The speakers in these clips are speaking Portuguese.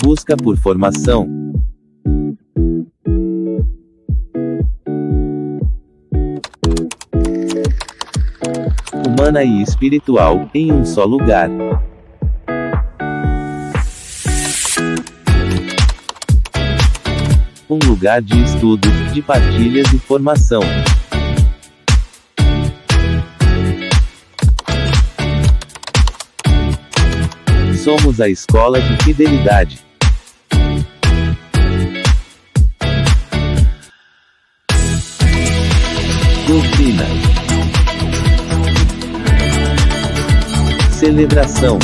busca por formação humana e espiritual, em um só lugar. Um lugar de estudo, de partilhas e formação. Somos a Escola de Fidelidade. Doutrina. Celebração.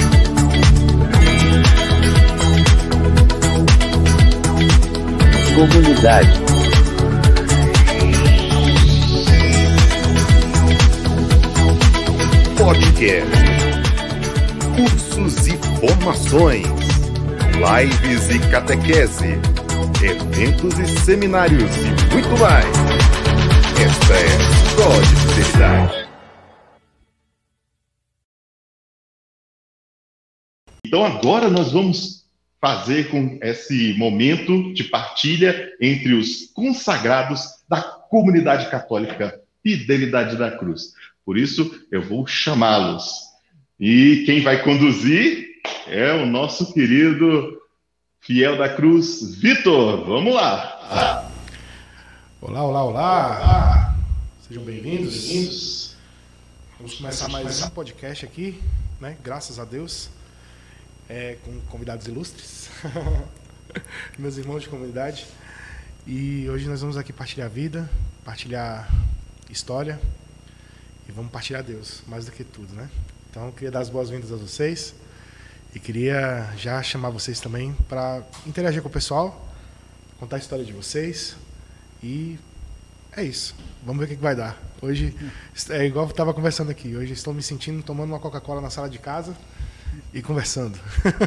Comunidade. Podcast. Cursos e formações. Lives e catequese. Eventos e seminários e muito mais. Esta é a Escola de Fidelidade. Então agora nós vamos fazer com esse momento de partilha entre os consagrados da comunidade católica Fidelidade da Cruz. Por isso, eu vou chamá-los. E quem vai conduzir é o nosso querido fiel da cruz, Vitor. Vamos lá. Olá, olá, olá. Sejam bem-vindos. Vamos começar mais um podcast aqui, né? Graças a Deus. Com convidados ilustres, meus irmãos de comunidade. E hoje nós vamos aqui partilhar vida, partilhar história e vamos partilhar Deus, mais do que tudo, né? Então, eu queria dar as boas-vindas a vocês e queria já chamar vocês também para interagir com o pessoal, contar a história de vocês e é isso. Vamos ver o que vai dar. Hoje, é igual eu estava conversando aqui, hoje estou me sentindo tomando uma Coca-Cola na sala de casa e conversando.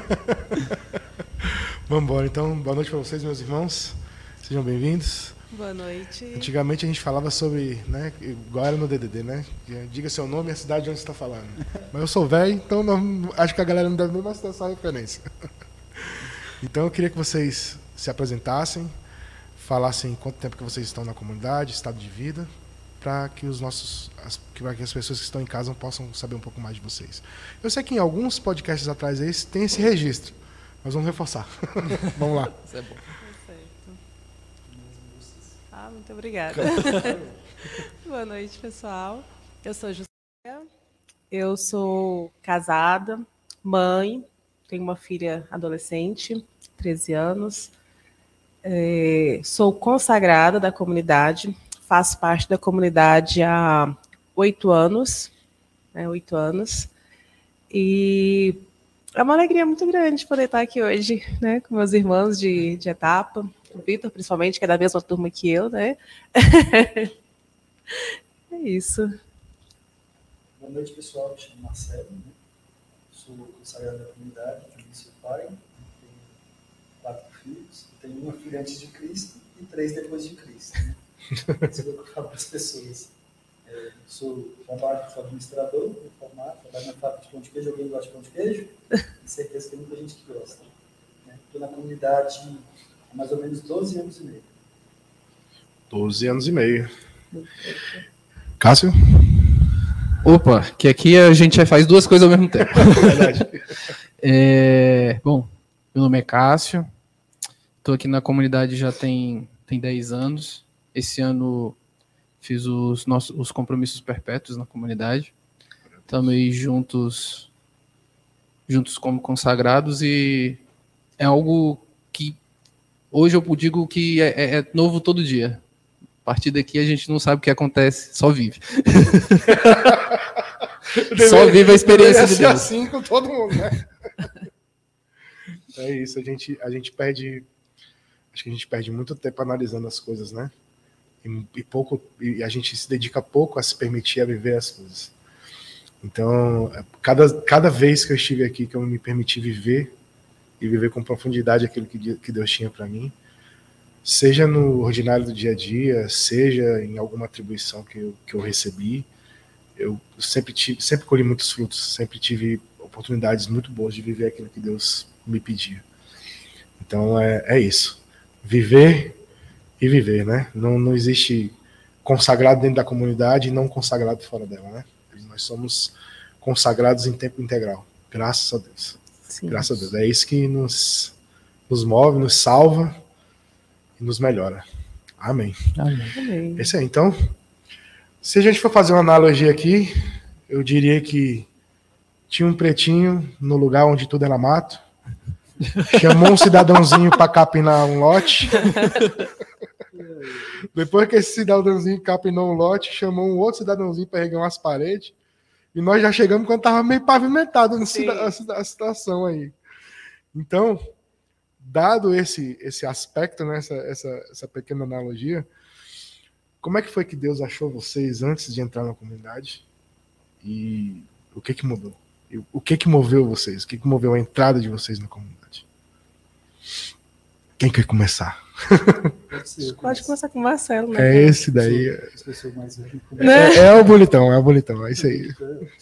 Vamos embora, então. Boa noite para vocês, meus irmãos. Sejam bem-vindos. Boa noite. Antigamente a gente falava sobre, né, igual era no DDD, né? Diga seu nome e a cidade de onde você está falando. Mas eu sou velho, então acho que a galera não deve nem mais ter essa referência. Então eu queria que vocês se apresentassem, falassem quanto tempo que vocês estão na comunidade, estado de vida, para que que as pessoas que estão em casa possam saber um pouco mais de vocês. Eu sei que em alguns podcasts atrás aí tem esse registro, mas vamos reforçar. Vamos lá. Isso é bom. Perfeito. Muito obrigada. Boa noite, pessoal. Eu sou José. Eu sou casada, mãe, tenho uma filha adolescente, 13 anos. Sou consagrada da comunidade. Faço parte da comunidade há 8 anos, né, 8 anos, e é uma alegria muito grande poder estar aqui hoje, né, com meus irmãos de etapa, o Vitor, principalmente, que é da mesma turma que eu, né? É isso. Boa noite, pessoal. Me chamo Marcelo, né? Sou consagrado da comunidade, também sou pai, tenho 4 filhos, tenho uma filha antes de Cristo e 3 depois de Cristo, né? Isso é o que eu falo para as pessoas. Trabalho como administrador, formado, trabalho na fábrica de pão de queijo. Alguém gosta de pão de queijo? Tenho certeza que tem muita gente que gosta. Estou na comunidade há mais ou menos 12 anos e meio. 12 anos e meio. Cássio? Opa, que aqui a gente faz 2 coisas ao mesmo tempo. Verdade. Bom, meu nome é Cássio. Estou aqui na comunidade já tem 10 anos. Esse ano fiz os compromissos perpétuos na comunidade. Estamos aí juntos como consagrados e é algo que hoje eu digo que é novo todo dia. A partir daqui a gente não sabe o que acontece, só vive. Só vive a experiência de Deus. Assim com todo mundo, né? É isso, a gente perde, acho que a gente perde muito tempo analisando as coisas, né? E a gente se dedica pouco a se permitir a viver as coisas. Então, cada vez que eu estive aqui, que eu me permiti viver e viver com profundidade aquilo que Deus tinha para mim, seja no ordinário do dia a dia, seja em alguma atribuição que eu recebi, eu sempre colhi muitos frutos, sempre tive oportunidades muito boas de viver aquilo que Deus me pedia. Então é isso. Viver e viver, né? Não existe consagrado dentro da comunidade e não consagrado fora dela, né? Nós somos consagrados em tempo integral. Graças a Deus. Sim. Graças a Deus. É isso que nos move, nos salva e nos melhora. Amém. Amém. Esse aí. Então, se a gente for fazer uma analogia aqui, eu diria que tinha um pretinho no lugar onde tudo era mato, chamou um cidadãozinho para capinar um lote. Depois que esse cidadãozinho capinou um lote, chamou um outro cidadãozinho para regar umas paredes. E nós já chegamos quando estava meio pavimentado a situação aí. Então, dado esse aspecto, né, essa pequena analogia, como é que foi que Deus achou vocês antes de entrar na comunidade? E o que mudou? E o que moveu vocês? O que moveu a entrada de vocês na comunidade? Quem quer começar? Pode começar com o Marcelo, né? É esse daí. Né? O bonitão, é isso aí.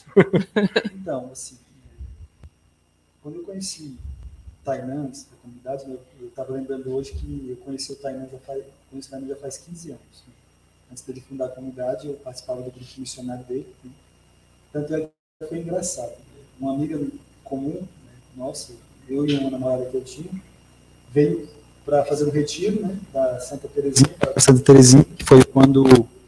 Então, assim, quando eu conheci o Tainan antes da comunidade, né, eu estava lembrando hoje que eu conheci o Tainan já faz 15 anos. Né? Antes dele fundar a comunidade, eu participava do grupo missionário dele. Né? Tanto é que foi engraçado. Uma amiga comum, né, nossa, eu e uma namorada que eu tinha, veio para fazer um retiro, né, da Santa Terezinha, que foi quando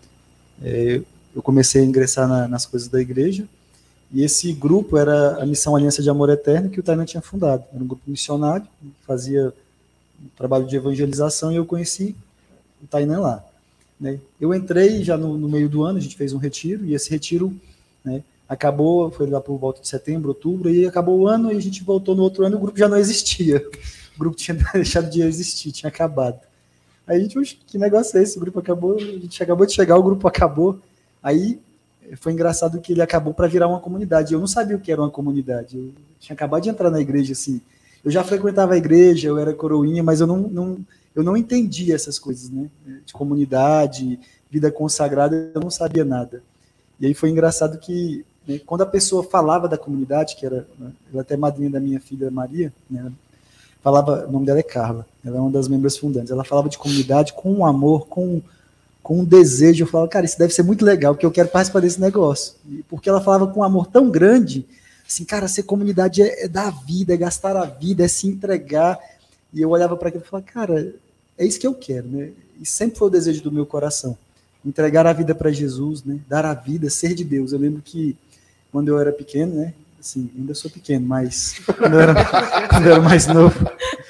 eu comecei a ingressar nas coisas da igreja. E esse grupo era a Missão Aliança de Amor Eterno, que o Tainan tinha fundado. Era um grupo missionário, que fazia um trabalho de evangelização, e eu conheci o Tainan lá. Né? Eu entrei já no meio do ano, a gente fez um retiro, e esse retiro, né, acabou, foi lá por volta de setembro, outubro, e acabou o ano, e a gente voltou no outro ano, e o grupo já não existia. O grupo tinha deixado de existir, tinha acabado. Aí a gente, que negócio é esse? O grupo acabou, a gente acabou de chegar, o grupo acabou. Aí foi engraçado que ele acabou para virar uma comunidade. Eu não sabia o que era uma comunidade. Eu tinha acabado de entrar na igreja, assim. Eu já frequentava a igreja, eu era coroinha, mas eu não entendia essas coisas, né? De comunidade, vida consagrada, eu não sabia nada. E aí foi engraçado que, né, quando a pessoa falava da comunidade, que era, né, ela até madrinha da minha filha Maria, né, falava, o nome dela é Carla, ela é uma das membros fundantes, ela falava de comunidade com um amor, com um desejo. Eu falava, cara, isso deve ser muito legal, porque eu quero participar desse negócio. E porque ela falava com um amor tão grande, assim, cara, ser comunidade é dar a vida, é gastar a vida, é se entregar. E eu olhava para aquilo e falava, cara, é isso que eu quero, né? E sempre foi o desejo do meu coração, entregar a vida para Jesus, né? Dar a vida, ser de Deus. Eu lembro que quando eu era pequeno, né? Assim, ainda sou pequeno, mas quando eu era mais novo,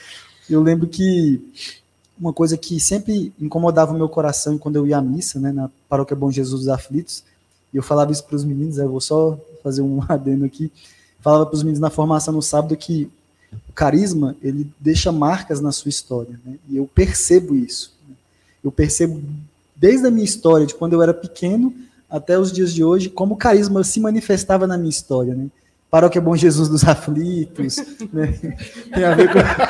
eu lembro que uma coisa que sempre incomodava o meu coração quando eu ia à missa, né, na Paróquia Bom Jesus dos Aflitos, e eu falava isso para os meninos, eu vou só fazer um adendo aqui, falava para os meninos na formação no sábado que o carisma, ele deixa marcas na sua história, né, e eu percebo isso. Eu percebo desde a minha história, de quando eu era pequeno, até os dias de hoje, como o carisma se manifestava na minha história, né. Paróquia Bom Jesus dos Aflitos, né? Tem a ver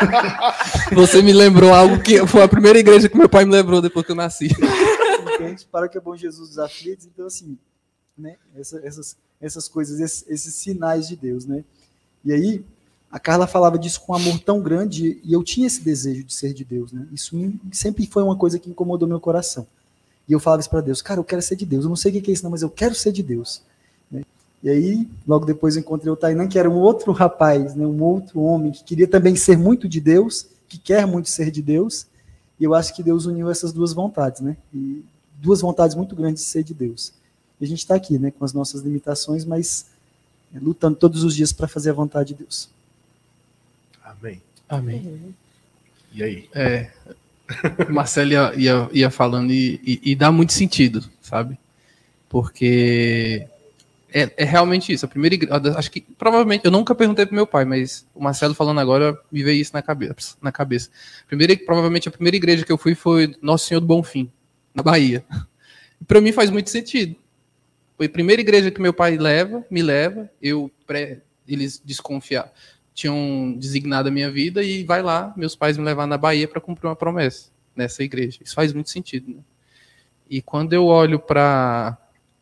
com... Você me lembrou algo que foi a primeira igreja que meu pai me lembrou depois que eu nasci. Entende? Paróquia Bom Jesus dos Aflitos, então assim, né? Essas coisas, esses sinais de Deus, né? E aí, a Carla falava disso com um amor tão grande, e eu tinha esse desejo de ser de Deus, né? Isso sempre foi uma coisa que incomodou meu coração. E eu falava isso para Deus, cara, eu quero ser de Deus, eu não sei o que é isso não, mas eu quero ser de Deus, né? E aí, logo depois eu encontrei o Tainan, que era um outro rapaz, né, um outro homem, que queria também ser muito de Deus, que quer muito ser de Deus, e eu acho que Deus uniu essas duas vontades, né? E duas vontades muito grandes de ser de Deus. E a gente está aqui, né, com as nossas limitações, mas lutando todos os dias para fazer a vontade de Deus. Amém. Amém. E aí? O Marcelo ia falando e dá muito sentido, sabe? Porque... É realmente isso. A primeira igreja, acho que provavelmente, eu nunca perguntei pro meu pai, mas o Marcelo falando agora me veio isso na cabeça. Provavelmente a primeira igreja que eu fui foi Nosso Senhor do Bonfim, na Bahia. E para mim faz muito sentido. Foi a primeira igreja que meu pai me leva, eles desconfiaram, tinham designado a minha vida e vai lá, meus pais me levar na Bahia para cumprir uma promessa nessa igreja. Isso faz muito sentido, né? E quando eu olho para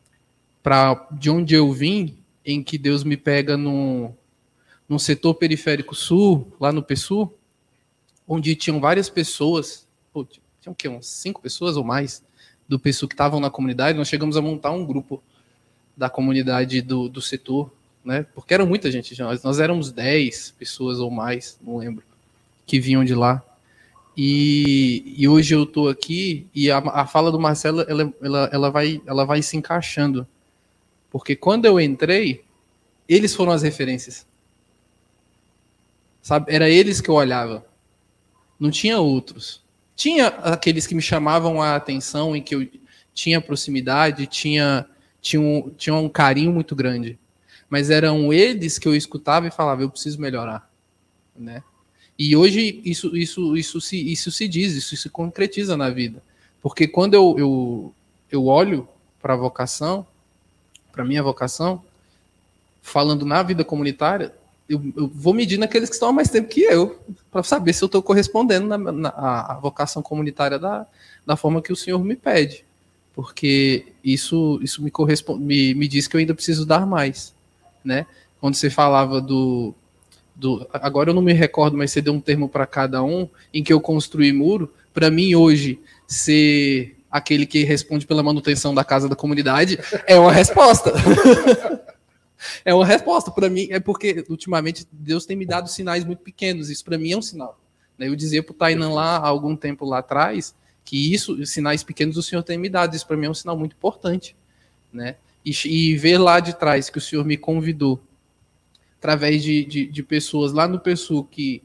de onde eu vim, em que Deus me pega num setor periférico sul, lá no PSUL, onde tinham várias pessoas, tinham o quê? Uns 5 pessoas ou mais do pessoal que estavam na comunidade. Nós chegamos a montar um grupo da comunidade do setor, né? Porque era muita gente, nós éramos 10 pessoas ou mais, não lembro, que vinham de lá. E hoje eu estou aqui e a fala do Marcelo ela vai se encaixando, porque quando eu entrei, eles foram as referências, sabe? Era eles que eu olhava, não tinha outros. Tinha aqueles que me chamavam a atenção, em que eu tinha proximidade, tinha um carinho muito grande, mas eram eles que eu escutava e falava, eu preciso melhorar, né? E hoje isso se diz, isso se concretiza na vida. Porque quando eu olho para a vocação, para a minha vocação, falando na vida comunitária, eu vou medir naqueles que estão há mais tempo que eu, para saber se eu estou correspondendo à vocação comunitária da forma que o Senhor me pede. Porque isso me diz que eu ainda preciso dar mais, né? Quando você falava agora eu não me recordo, mas você deu um termo para cada um, em que eu construí muro. Para mim, hoje, ser aquele que responde pela manutenção da casa da comunidade é uma resposta. É uma resposta. Para mim, é porque, ultimamente, Deus tem me dado sinais muito pequenos. Isso, para mim, é um sinal. Eu dizia para o Tainan lá, há algum tempo lá atrás, que sinais pequenos o Senhor tem me dado. Isso, para mim, é um sinal muito importante, né? E ver lá de trás que o Senhor me convidou através de pessoas lá no PSU que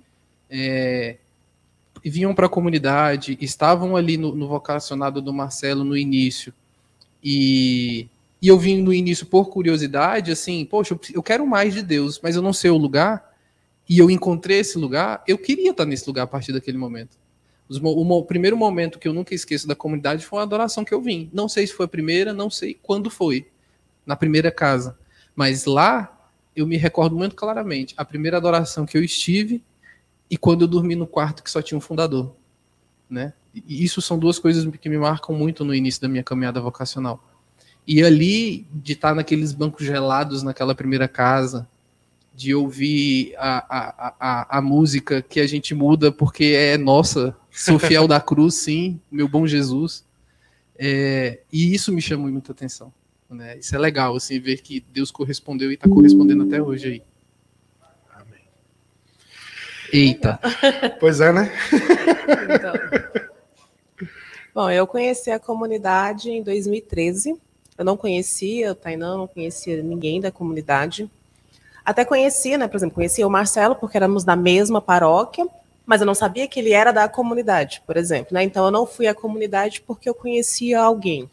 vinham para a comunidade, estavam ali no vocacionado do Marcelo no início, e eu vim no início por curiosidade, assim, poxa, eu quero mais de Deus, mas eu não sei o lugar, e eu encontrei esse lugar, eu queria estar nesse lugar a partir daquele momento. O primeiro momento que eu nunca esqueço da comunidade foi a adoração que eu vim. Não sei se foi a primeira, não sei quando foi, na primeira casa, mas lá eu me recordo muito claramente a primeira adoração que eu estive e quando eu dormi no quarto que só tinha um fundador, né? E isso são duas coisas que me marcam muito no início da minha caminhada vocacional. E ali, de estar naqueles bancos gelados naquela primeira casa, de ouvir a música que a gente muda porque é nossa, sou fiel da cruz, sim, meu bom Jesus. E isso me chamou muita atenção. Né? Isso é legal, assim, ver que Deus correspondeu e está correspondendo até hoje aí. Amém. Eita. Pois é, né? Então. Bom, eu conheci a comunidade em 2013. Eu não conhecia o Tainan, não conhecia ninguém da comunidade. Até conhecia, né? Por exemplo, conhecia o Marcelo, porque éramos da mesma paróquia, mas eu não sabia que ele era da comunidade, por exemplo. Né? Então, eu não fui à comunidade porque eu conhecia alguém.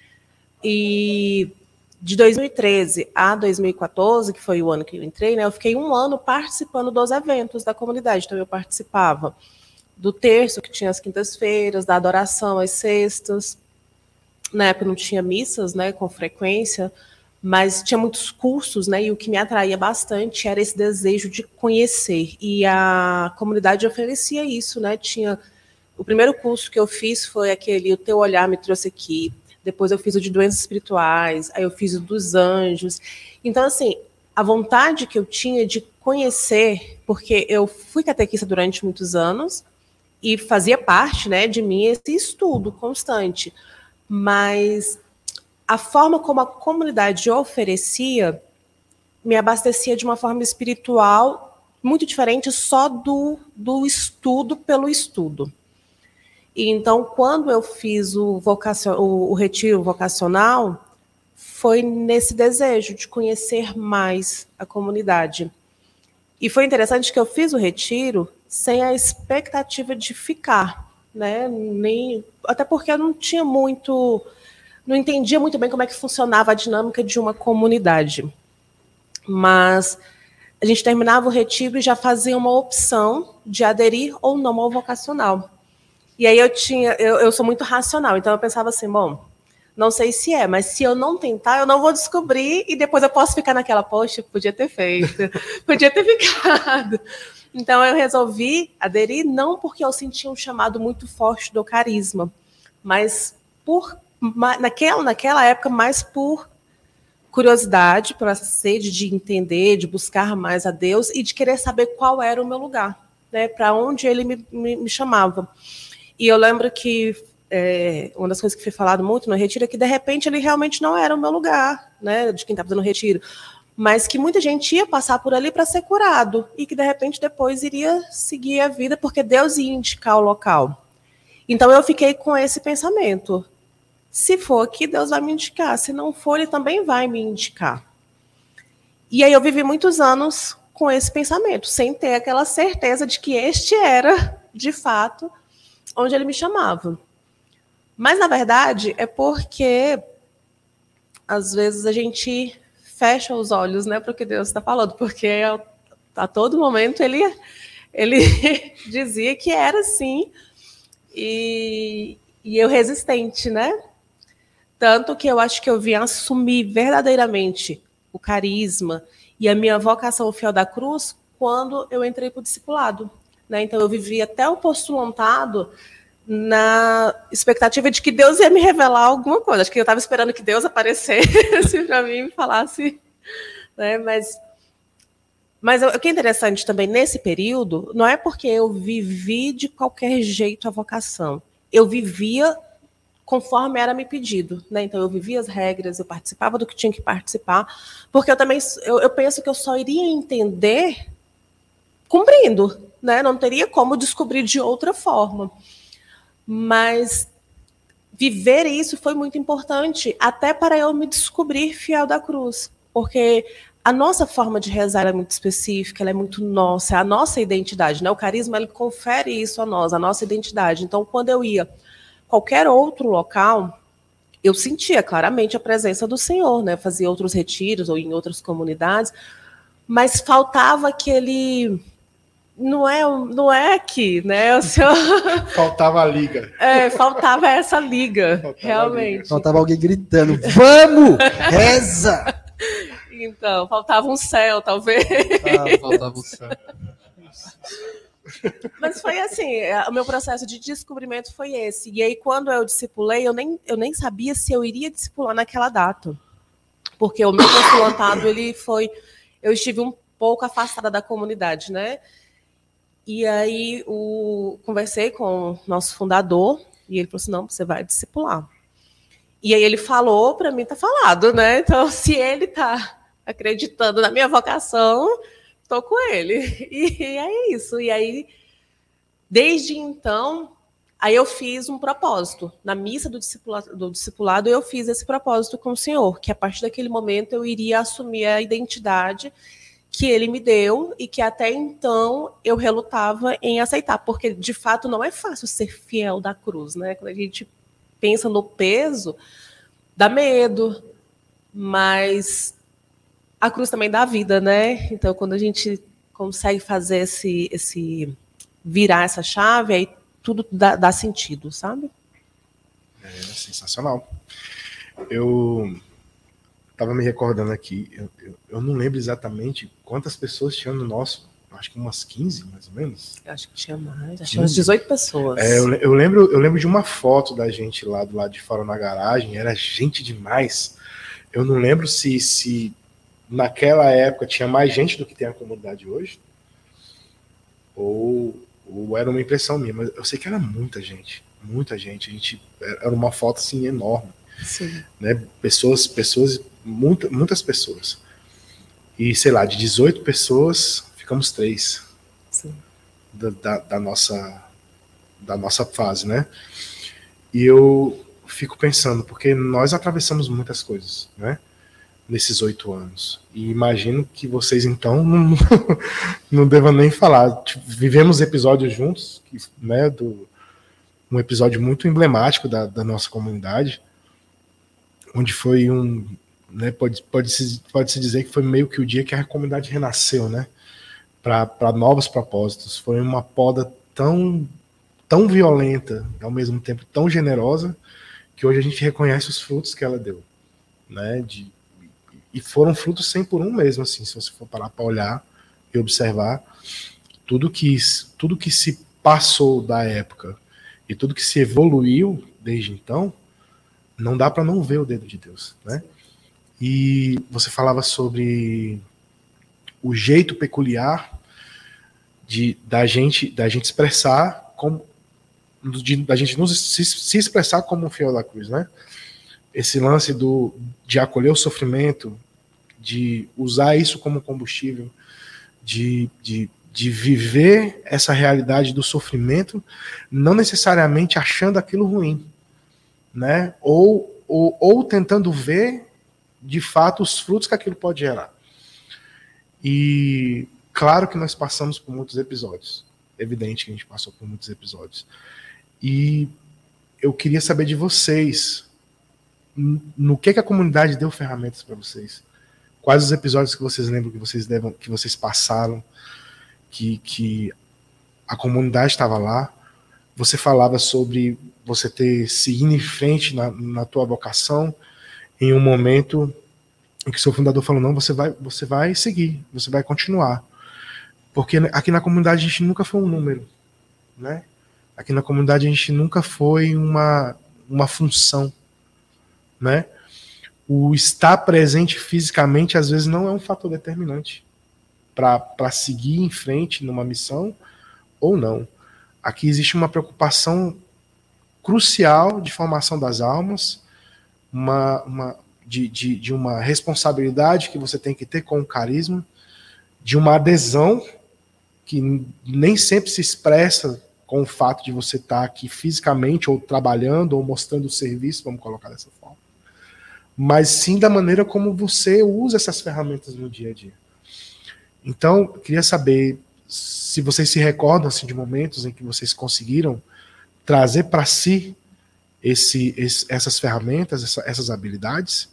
E de 2013 a 2014, que foi o ano que eu entrei, né, eu fiquei um ano participando dos eventos da comunidade. Então, eu participava do terço, que tinha as quintas-feiras, da adoração às sextas. Na época não tinha missas, né, com frequência, mas tinha muitos cursos, né, e o que me atraía bastante era esse desejo de conhecer. E a comunidade oferecia isso, né? O primeiro curso que eu fiz foi aquele O Teu Olhar Me Trouxe Aqui. Depois eu fiz o de doenças espirituais, aí eu fiz o dos anjos. Então, assim, a vontade que eu tinha de conhecer, porque eu fui catequista durante muitos anos e fazia parte, né, de mim esse estudo constante. Mas a forma como a comunidade oferecia me abastecia de uma forma espiritual muito diferente só do estudo pelo estudo. E então, quando eu fiz o retiro vocacional, foi nesse desejo de conhecer mais a comunidade. E foi interessante que eu fiz o retiro sem a expectativa de ficar, né? Até porque eu não entendia muito bem como é que funcionava a dinâmica de uma comunidade. Mas a gente terminava o retiro e já fazia uma opção de aderir ou não ao vocacional. E aí eu sou muito racional, então eu pensava assim, bom, não sei se mas se eu não tentar, eu não vou descobrir e depois eu posso ficar naquela, poxa, podia ter feito, podia ter ficado. Então eu resolvi aderir, não porque eu sentia um chamado muito forte do carisma, mas naquela época mais por curiosidade, por essa sede de entender, de buscar mais a Deus e de querer saber qual era o meu lugar. né, para onde ele me chamava. E eu lembro que uma das coisas que foi falado muito no retiro é que, de repente, ele realmente não era o meu lugar, né, de quem estava fazendo o retiro, mas que muita gente ia passar por ali para ser curado e que, de repente, depois iria seguir a vida porque Deus ia indicar o local. Então, eu fiquei com esse pensamento. Se for aqui, Deus vai me indicar. Se não for, Ele também vai me indicar. E aí eu vivi muitos anos com esse pensamento, sem ter aquela certeza de que este era, de fato, onde Ele me chamava. Mas, na verdade, é porque, às vezes, a gente fecha os olhos, né, para o que Deus está falando, porque a todo momento Ele dizia que era assim, e eu resistente, né? Tanto que eu acho que eu vim assumir verdadeiramente o carisma e a minha vocação fiel da cruz quando eu entrei para o discipulado, né? Então eu vivi até o postulantado na expectativa de que Deus ia me revelar alguma coisa. Acho que eu estava esperando que Deus aparecesse para mim e me falasse, né? Mas o que é interessante também nesse período não é porque eu vivi de qualquer jeito a vocação. Eu vivia conforme era me pedido, né? Então eu vivia as regras, eu participava do que tinha que participar, porque eu penso que eu só iria entender cumprindo, né? Não teria como descobrir de outra forma. Mas viver isso foi muito importante, até para eu me descobrir fiel da cruz, porque a nossa forma de rezar é muito específica, ela é muito nossa, é a nossa identidade, né? O carisma ele confere isso a nós, a nossa identidade. Então, quando eu ia qualquer outro local, eu sentia claramente a presença do Senhor, né? Fazia outros retiros ou em outras comunidades, mas faltava aquele... Não é aqui, né? O senhor... Faltava a liga. Faltava essa liga, realmente. Faltava alguém gritando, vamos, reza! Então, faltava um céu, talvez. Faltava o céu. Mas foi assim, o meu processo de descobrimento foi esse. E aí, quando eu discipulei, eu nem sabia se eu iria discipular naquela data. Porque o meu postulantado, eu estive um pouco afastada da comunidade, né? E aí, conversei com o nosso fundador, e ele falou assim, não, você vai discipular. E aí ele falou, para mim tá falado, né? Então, se ele tá acreditando na minha vocação, estou com ele. E é isso. E aí, desde então, aí eu fiz um propósito. Na missa do discipulado, eu fiz esse propósito com o Senhor, que a partir daquele momento eu iria assumir a identidade que ele me deu e que até então eu relutava em aceitar, porque de fato não é fácil ser fiel da cruz, né? Quando a gente pensa no peso, dá medo, mas a cruz também dá vida, né? Então, quando a gente consegue fazer esse virar essa chave, aí tudo dá sentido, sabe? É sensacional. Eu estava me recordando aqui, eu não lembro exatamente quantas pessoas tinham no nosso, acho que umas 15, mais ou menos. Eu acho que tinha mais, acho que umas 18 pessoas. Eu lembro de uma foto da gente lá do lado de fora na garagem, era gente demais. Eu não lembro se naquela época tinha mais gente do que tem a comunidade hoje, ou era uma impressão minha, mas eu sei que era muita gente, era uma foto assim enorme. Sim. Né? Muitas pessoas. E, sei lá, de 18 pessoas, ficamos 3. Sim. Da nossa fase, né? E eu fico pensando, porque nós atravessamos muitas coisas, né? Nesses 8 anos. E imagino que vocês, então, não devam nem falar. Vivemos episódios juntos, né? Um episódio muito emblemático da nossa comunidade, onde foi né, pode-se dizer que foi meio que o dia que a comunidade renasceu, né, para novos propósitos. Foi uma poda tão violenta, ao mesmo tempo tão generosa, que hoje a gente reconhece os frutos que ela deu, né, e foram frutos 100 por 1 mesmo, assim, se você for parar para olhar e observar tudo que se passou da época e tudo que se evoluiu desde então. Não dá para não ver o dedo de Deus, né? E você falava sobre o jeito peculiar da gente expressar como, da gente se expressar como um fiel da cruz, né? Esse lance de acolher o sofrimento, de usar isso como combustível, de viver essa realidade do sofrimento, não necessariamente achando aquilo ruim, né? Ou tentando ver, de fato, os frutos que aquilo pode gerar. E claro que nós passamos por muitos episódios. É evidente que a gente passou por muitos episódios. E eu queria saber de vocês, no que a comunidade deu ferramentas para vocês. Quais os episódios que vocês lembram que vocês passaram, que a comunidade estava lá. Você falava sobre você ter seguido em frente na tua vocação em um momento em que seu fundador falou, não, você vai seguir, você vai continuar. Porque aqui na comunidade a gente nunca foi um número, né? Aqui na comunidade a gente nunca foi uma função, né? O estar presente fisicamente às vezes não é um fator determinante para seguir em frente numa missão ou não. Aqui existe uma preocupação crucial de formação das almas, de uma responsabilidade que você tem que ter com o carisma, de uma adesão que nem sempre se expressa com o fato de você estar aqui fisicamente, ou trabalhando, ou mostrando o serviço, vamos colocar dessa forma, mas sim da maneira como você usa essas ferramentas no dia a dia. Então, eu queria saber se vocês se recordam assim, de momentos em que vocês conseguiram trazer para si essas ferramentas, essas habilidades,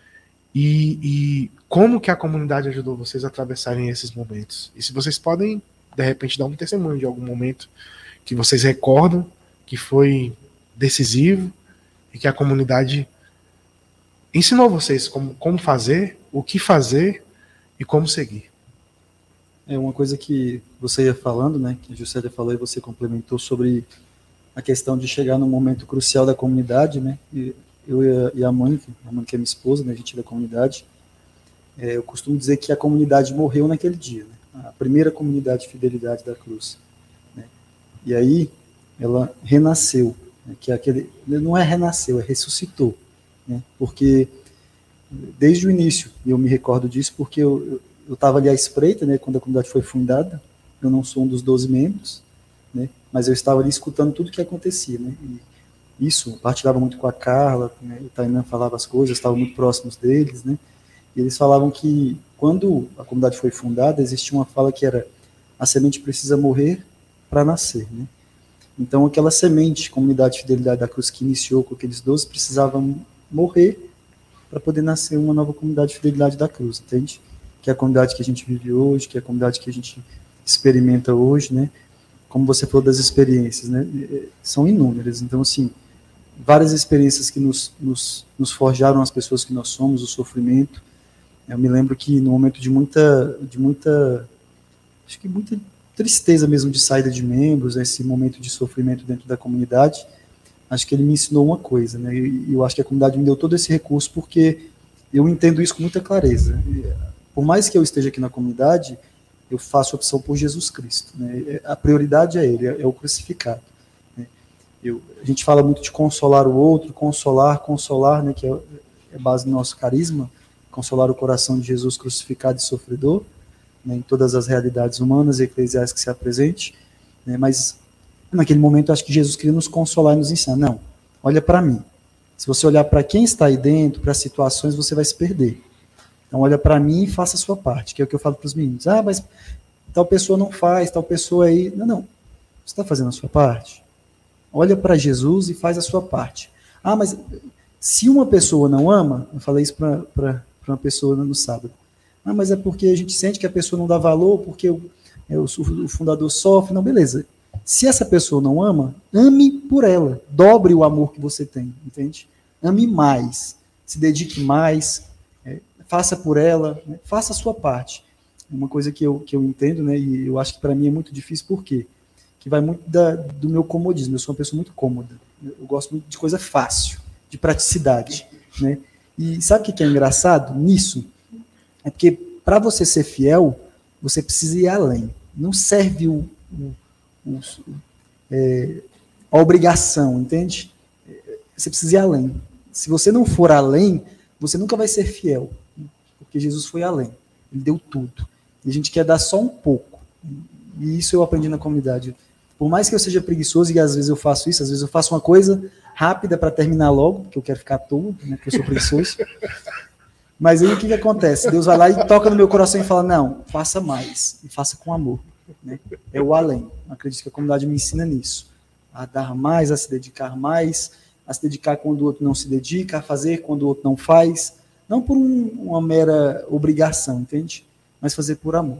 e como que a comunidade ajudou vocês a atravessarem esses momentos. E se vocês podem, de repente, dar um testemunho de algum momento que vocês recordam, que foi decisivo, e que a comunidade ensinou vocês como fazer, o que fazer e como seguir. É uma coisa que você ia falando, né, que a Juscelia falou e você complementou sobre a questão de chegar num momento crucial da comunidade, né, eu e a mãe que é minha esposa, né, a gente é da comunidade, eu costumo dizer que a comunidade morreu naquele dia, né, a primeira comunidade de Fidelidade da Cruz, né, e aí ela renasceu, né, que é não é renasceu, é ressuscitou, né, porque desde o início, e eu me recordo disso porque eu estava ali à espreita, né, quando a comunidade foi fundada. Eu não sou um dos 12 membros, né, mas eu estava ali escutando tudo o que acontecia, né, e isso, partilhava muito com a Carla, né, o Tainan falava as coisas, estavam muito próximos deles, né, e eles falavam que quando a comunidade foi fundada, existia uma fala que era: a semente precisa morrer para nascer, né. Então aquela semente, comunidade de Fidelidade da Cruz, que iniciou com aqueles 12, precisava morrer para poder nascer uma nova comunidade de Fidelidade da Cruz, entende? Que é a comunidade que a gente vive hoje, que é a comunidade que a gente experimenta hoje, né? Como você falou das experiências, né? São inúmeras. Então, assim, várias experiências que nos forjaram as pessoas que nós somos, o sofrimento. Eu me lembro que no momento de muita acho que muita tristeza mesmo de saída de membros, esse momento de sofrimento dentro da comunidade, acho que ele me ensinou uma coisa, né? E eu acho que a comunidade me deu todo esse recurso porque eu entendo isso com muita clareza. Por mais que eu esteja aqui na comunidade, eu faço opção por Jesus Cristo, né? A prioridade é Ele, é o crucificado, né? A gente fala muito de consolar o outro, consolar, né, que é base do nosso carisma, consolar o coração de Jesus crucificado e sofredor, né, em todas as realidades humanas e eclesiais que se apresente, né, mas naquele momento eu acho que Jesus queria nos consolar e nos ensinar. Não, olha para mim. Se você olhar para quem está aí dentro, para as situações, você vai se perder. Então olha para mim e faça a sua parte, que é o que eu falo para os meninos. Ah, mas tal pessoa não faz, tal pessoa aí... Não. Você está fazendo a sua parte? Olha para Jesus e faz a sua parte. Ah, mas se uma pessoa não ama... Eu falei isso para uma pessoa no sábado. Ah, mas é porque a gente sente que a pessoa não dá valor, porque o fundador sofre. Não, beleza. Se essa pessoa não ama, ame por ela. Dobre o amor que você tem, entende? Ame mais. Se dedique mais. Faça por ela. Né? Faça a sua parte. Uma coisa que eu entendo, né, e eu acho que para mim é muito difícil, por quê? Que vai muito do meu comodismo. Eu sou uma pessoa muito cômoda. Eu gosto muito de coisa fácil, de praticidade. Né? E sabe o que é engraçado nisso? É porque para você ser fiel, você precisa ir além. Não serve a obrigação, entende? Você precisa ir além. Se você não for além, você nunca vai ser fiel, porque Jesus foi além. Ele deu tudo. E a gente quer dar só um pouco. E isso eu aprendi na comunidade. Por mais que eu seja preguiçoso, e às vezes eu faço isso, às vezes eu faço uma coisa rápida para terminar logo, porque eu quero ficar à toa, né, porque eu sou preguiçoso. Mas aí o que acontece? Deus vai lá e toca no meu coração e fala, não, faça mais, e faça com amor. Né? É o além. Eu acredito que a comunidade me ensina nisso. A dar mais, a se dedicar mais, a se dedicar quando o outro não se dedica, a fazer quando o outro não faz. Não por uma mera obrigação, entende? Mas fazer por amor.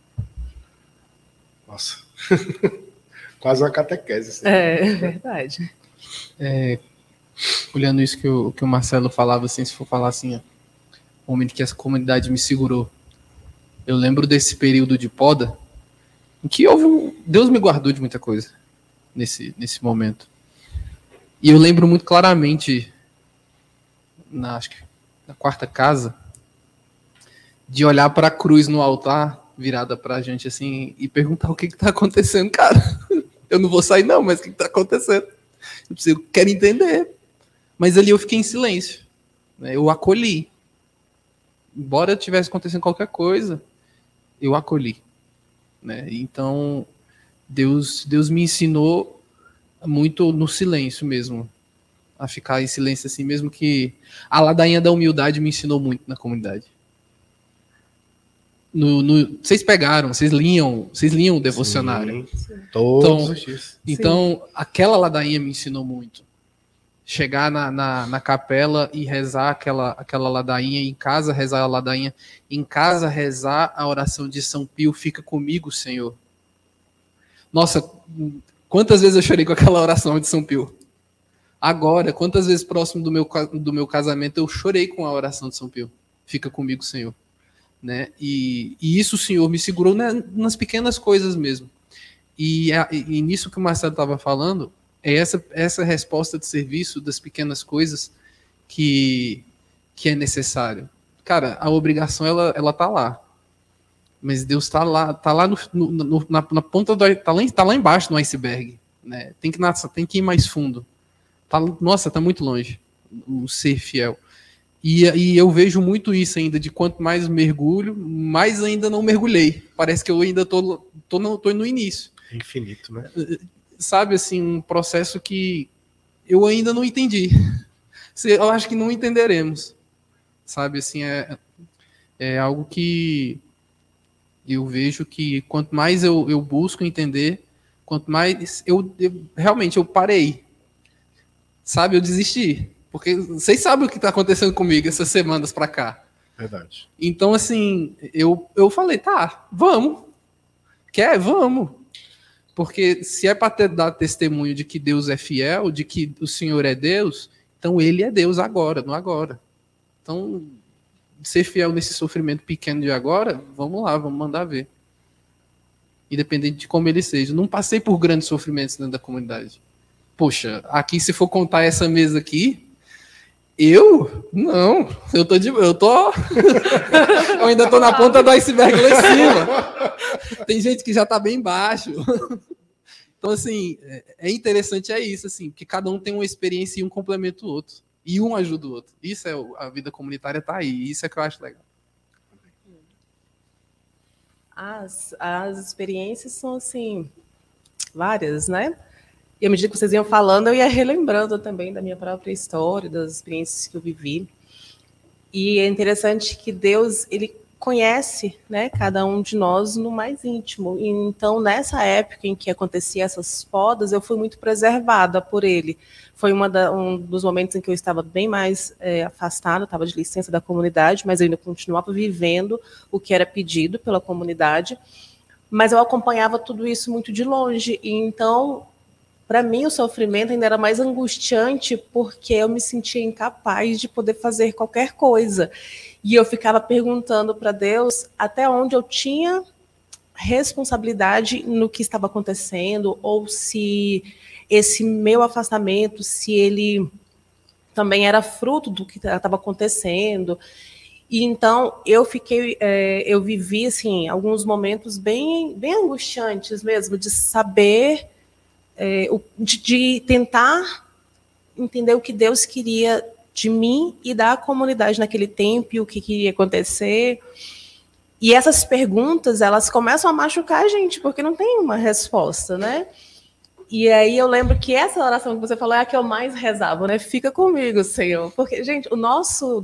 Nossa. Quase uma catequese. Assim. É verdade. Olhando isso que o Marcelo falava, assim, se for falar assim, o momento que essa comunidade me segurou. Eu lembro desse período de poda, em que Deus me guardou de muita coisa nesse momento. E eu lembro muito claramente, acho que na quarta casa, de olhar para a cruz no altar, virada para a gente assim, e perguntar o que está acontecendo, cara. Eu não vou sair não, mas o que está acontecendo? Eu quero entender. Mas ali eu fiquei em silêncio. Né? Eu acolhi. Embora tivesse acontecendo qualquer coisa, eu acolhi. Né? Então, Deus me ensinou muito no silêncio mesmo. A ficar em silêncio assim, mesmo que a ladainha da humildade me ensinou muito na comunidade. Vocês pegaram, vocês liam o devocionário. Sim. Todos os dias. Então, aquela ladainha me ensinou muito. Chegar na capela e rezar aquela ladainha, em casa rezar a ladainha, em casa rezar a oração de São Pio, fica comigo, Senhor. Nossa, quantas vezes eu chorei com aquela oração de São Pio? Agora, quantas vezes próximo do meu casamento eu chorei com a oração de São Pio? Fica comigo, Senhor. Né? E isso o Senhor me segurou nas pequenas coisas mesmo. E nisso que o Marcelo estava falando, é essa resposta de serviço das pequenas coisas que é necessário. Cara, a obrigação ela tá lá. Mas Deus tá lá na ponta tá lá embaixo no iceberg, né? Tem que ir mais fundo. Tá muito longe o ser fiel. E eu vejo muito isso ainda, de quanto mais mergulho, mais ainda não mergulhei. Parece que eu ainda tô no início. Infinito, né? Sabe, assim, um processo que eu ainda não entendi. Eu acho que não entenderemos. Sabe, assim, é algo que eu vejo que quanto mais eu busco entender, quanto mais realmente eu parei. Sabe, eu desisti. Porque vocês sabem o que está acontecendo comigo essas semanas para cá. Verdade. Então, assim, eu falei, tá, vamos. Quer? Vamos. Porque se é para dar testemunho de que Deus é fiel, de que o Senhor é Deus, então Ele é Deus agora, no agora. Então, ser fiel nesse sofrimento pequeno de agora, vamos lá, vamos mandar ver. Independente de como ele seja. Não passei por grandes sofrimentos dentro da comunidade. Poxa, aqui se for contar essa mesa aqui, eu ainda tô na ponta do iceberg lá em cima. Tem gente que já tá bem embaixo. Então, assim, é interessante isso, assim, porque cada um tem uma experiência e um complementa o outro. E um ajuda o outro. Isso a vida comunitária tá aí. Isso é que eu acho legal. As experiências são, assim, várias, né? E à medida que vocês iam falando, eu ia relembrando também da minha própria história, das experiências que eu vivi. E é interessante que Deus, ele conhece, né, cada um de nós no mais íntimo. E então, nessa época em que acontecia essas podas, eu fui muito preservada por ele. Foi um dos momentos em que eu estava bem mais afastada, estava de licença da comunidade, mas eu ainda continuava vivendo o que era pedido pela comunidade. Mas eu acompanhava tudo isso muito de longe. E então, para mim, o sofrimento ainda era mais angustiante porque eu me sentia incapaz de poder fazer qualquer coisa. E eu ficava perguntando para Deus até onde eu tinha responsabilidade no que estava acontecendo, ou se esse meu afastamento, se ele também era fruto do que estava acontecendo. E então eu vivi assim alguns momentos bem angustiantes mesmo, de saber, de tentar entender o que Deus queria de mim e da comunidade naquele tempo, e o que iria acontecer. E essas perguntas, elas começam a machucar a gente, porque não tem uma resposta, né? E aí eu lembro que essa oração que você falou é a que eu mais rezava, né? Fica comigo, Senhor. Porque, gente, o nosso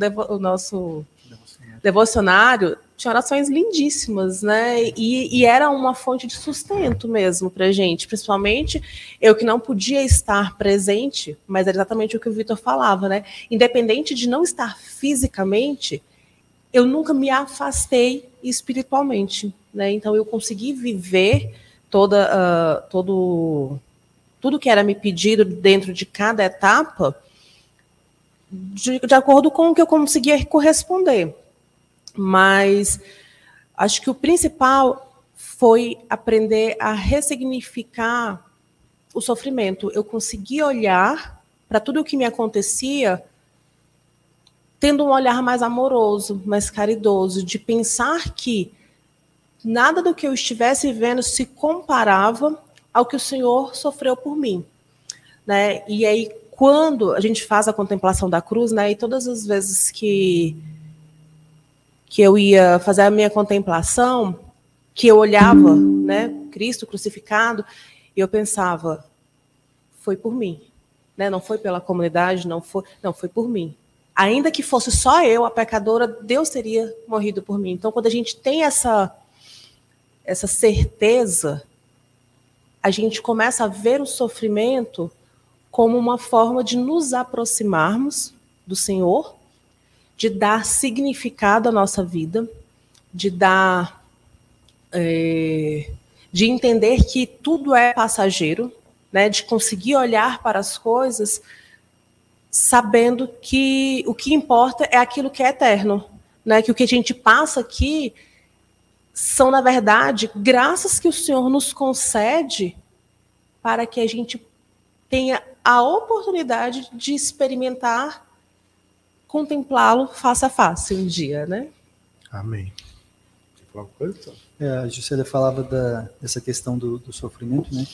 devocionário tinha orações lindíssimas, né? E era uma fonte de sustento mesmo para gente, principalmente eu que não podia estar presente, mas era exatamente o que o Vitor falava, né? Independente de não estar fisicamente, eu nunca me afastei espiritualmente, né? Então eu consegui viver tudo que era me pedido dentro de cada etapa de acordo com o que eu conseguia corresponder. Mas acho que o principal foi aprender a ressignificar o sofrimento. Eu consegui olhar para tudo o que me acontecia tendo um olhar mais amoroso, mais caridoso, de pensar que nada do que eu estivesse vendo se comparava ao que o Senhor sofreu por mim, né? E aí, quando a gente faz a contemplação da cruz, né, e todas as vezes que eu ia fazer a minha contemplação, que eu olhava, né, Cristo crucificado, e eu pensava, foi por mim, né? Não foi pela comunidade, não foi por mim. Ainda que fosse só eu, a pecadora, Deus teria morrido por mim. Então, quando a gente tem essa certeza, a gente começa a ver o sofrimento como uma forma de nos aproximarmos do Senhor, de dar significado à nossa vida, de entender que tudo é passageiro, né? De conseguir olhar para as coisas sabendo que o que importa é aquilo que é eterno, né? Que o que a gente passa aqui são, na verdade, graças que o Senhor nos concede para que a gente tenha a oportunidade de experimentar, contemplá-lo face a face um dia, né? Amém. Você falou alguma coisa, Tom? A Juscelia falava dessa questão do sofrimento, né?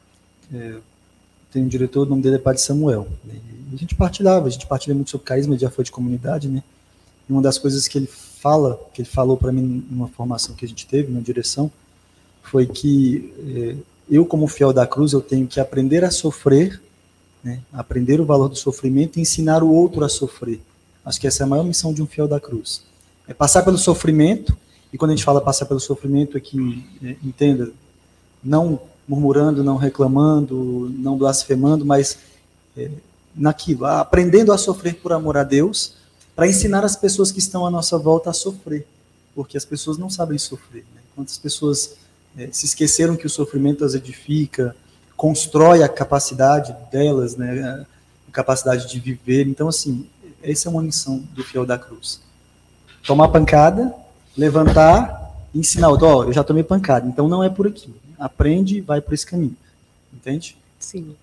Tem um diretor, o nome dele é Padre Samuel. E a gente partilha muito sobre carisma, ele já foi de comunidade, né? E uma das coisas que ele falou para mim numa formação que a gente teve, na direção, foi que eu, como fiel da cruz, eu tenho que aprender a sofrer, né? Aprender o valor do sofrimento e ensinar o outro a sofrer. Acho que essa é a maior missão de um fiel da cruz. É passar pelo sofrimento, e quando a gente fala passar pelo sofrimento, é que, entenda, não murmurando, não reclamando, não blasfemando, mas naquilo, aprendendo a sofrer por amor a Deus, para ensinar as pessoas que estão à nossa volta a sofrer, porque as pessoas não sabem sofrer, né? Quantas pessoas se esqueceram que o sofrimento as edifica, constrói a capacidade delas, né? A capacidade de viver. Então, assim, essa é uma missão do fiel da cruz. Tomar pancada, levantar, ensinar o outro, eu já tomei pancada, então não é por aqui. Aprende e vai por esse caminho. Entende? Sim.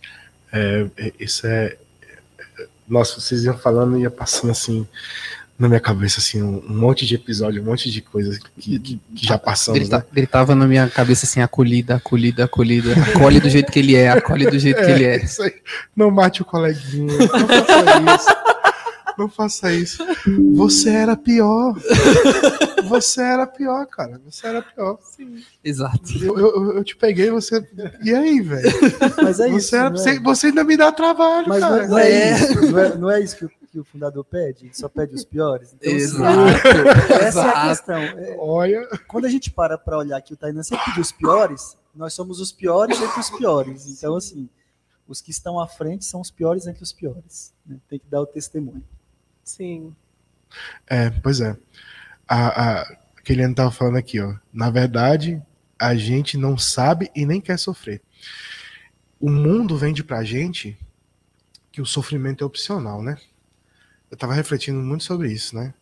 Isso é... Nossa, vocês iam falando e ia passando assim na minha cabeça, assim, um monte de episódio, um monte de coisas que já passamos, né? Gritava na minha cabeça assim, acolhida. Acolhe do jeito que ele é, acolhe do jeito que ele é. Isso aí. Não mate o coleguinha, não faça isso. Não faça isso. Você era pior. Você era pior, cara. Você era pior. Sim. Exato. Eu te peguei, você... E aí, velho? Mas é isso. Você ainda me dá trabalho, mas cara. Não é isso que o fundador pede? Ele só pede os piores? Então, Exato. Essa é a questão. Olha... Quando a gente para olhar que o Tainan sempre pediu os piores, nós somos os piores entre os piores. Então, assim, os que estão à frente são os piores entre os piores. Né? Tem que dar o testemunho. Sim. Pois é. A Keliane estava falando aqui, ó. Na verdade, a gente não sabe e nem quer sofrer. O mundo vende pra gente que o sofrimento é opcional, né? Eu estava refletindo muito sobre isso, né?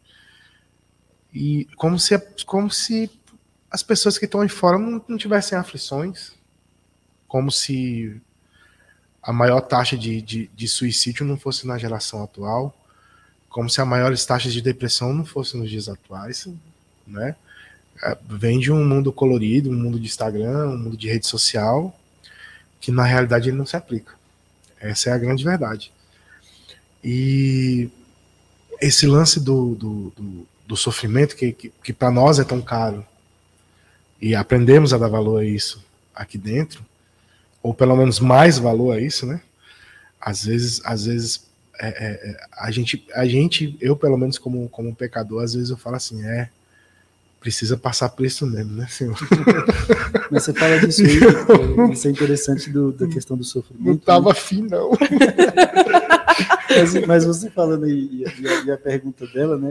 E como se as pessoas que estão aí fora não tivessem aflições, como se a maior taxa de suicídio não fosse na geração atual, como se as maiores taxas de depressão não fossem nos dias atuais, né? Vem de um mundo colorido, um mundo de Instagram, um mundo de rede social, que na realidade ele não se aplica. Essa é a grande verdade. E esse lance do sofrimento, que para nós é tão caro, e aprendemos a dar valor a isso aqui dentro, ou pelo menos mais valor a isso, né? Às vezes a gente, eu pelo menos como pecador, às vezes eu falo assim, precisa passar por isso mesmo, né, Senhor? Mas você fala disso aí, isso é interessante da questão do sofrimento. Não estava afim, não. Mas você falando aí, e a pergunta dela, né?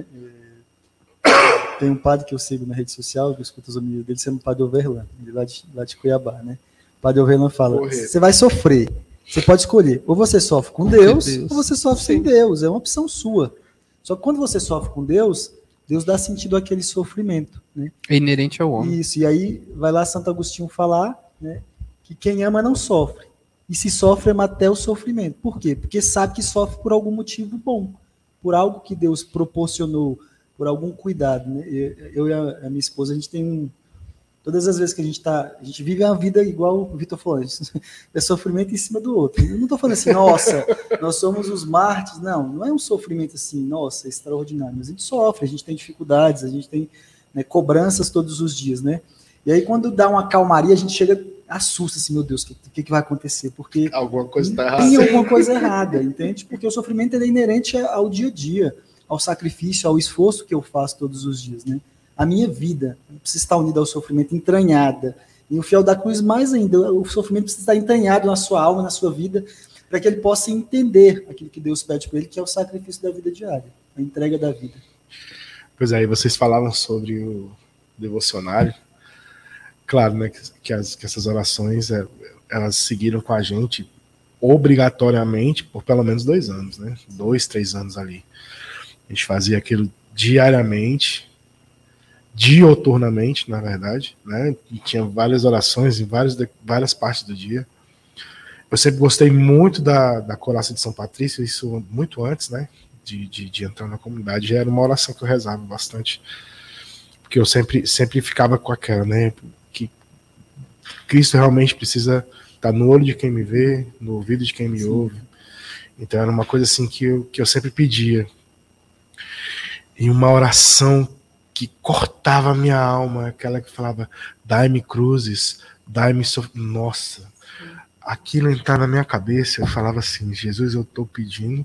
Tem um padre que eu sigo na rede social, que eu escuto os amigos dele, sendo o Padre Overlan, lá de Cuiabá, né? O Padre Overlan fala, você vai sofrer, você pode escolher, ou você sofre com Deus, ou você sofre sem Deus, é uma opção sua. Só que quando você sofre com Deus dá sentido àquele sofrimento, né? É inerente ao homem. Isso, e aí vai lá Santo Agostinho falar, né, que quem ama não sofre. E se sofre, ama até o sofrimento. Por quê? Porque sabe que sofre por algum motivo bom, por algo que Deus proporcionou, por algum cuidado, né? Eu e a minha esposa, a gente tem todas as vezes que a gente vive uma vida igual o Vitor falou, é sofrimento em cima do outro. Eu não estou falando assim, nossa, nós somos os mártires. Não é um sofrimento assim, nossa, extraordinário. Mas a gente sofre, a gente tem dificuldades, a gente tem, né, cobranças todos os dias, né? E aí quando dá uma calmaria, a gente chega, assusta assim, meu Deus, o que vai acontecer? Porque alguma coisa está errada. Tem alguma coisa errada, entende? Porque o sofrimento é inerente ao dia a dia, ao sacrifício, ao esforço que eu faço todos os dias, né? A minha vida precisa estar unida ao sofrimento, entranhada. E o fiel da cruz, mais ainda, o sofrimento precisa estar entranhado na sua alma, na sua vida, para que ele possa entender aquilo que Deus pede para ele, que é o sacrifício da vida diária, a entrega da vida. Pois é, aí vocês falavam sobre o devocionário. Claro, né, que essas orações, elas seguiram com a gente obrigatoriamente por pelo menos 2 anos, né? 2, 3 anos ali. A gente fazia aquilo diariamente, dioturnamente, na verdade, né? E tinha várias orações em várias partes do dia. Eu sempre gostei muito da Coraça de São Patrício, isso muito antes, né? De entrar na comunidade. Já era uma oração que eu rezava bastante, porque eu sempre ficava com aquela, né? Que Cristo realmente precisa estar no olho de quem me vê, no ouvido de quem me ouve. Então era uma coisa assim que eu sempre pedia. E uma oração que cortava a minha alma, aquela que falava, dai-me cruzes, dai-me... Nossa, aquilo entrar na minha cabeça, eu falava assim, Jesus, eu tô pedindo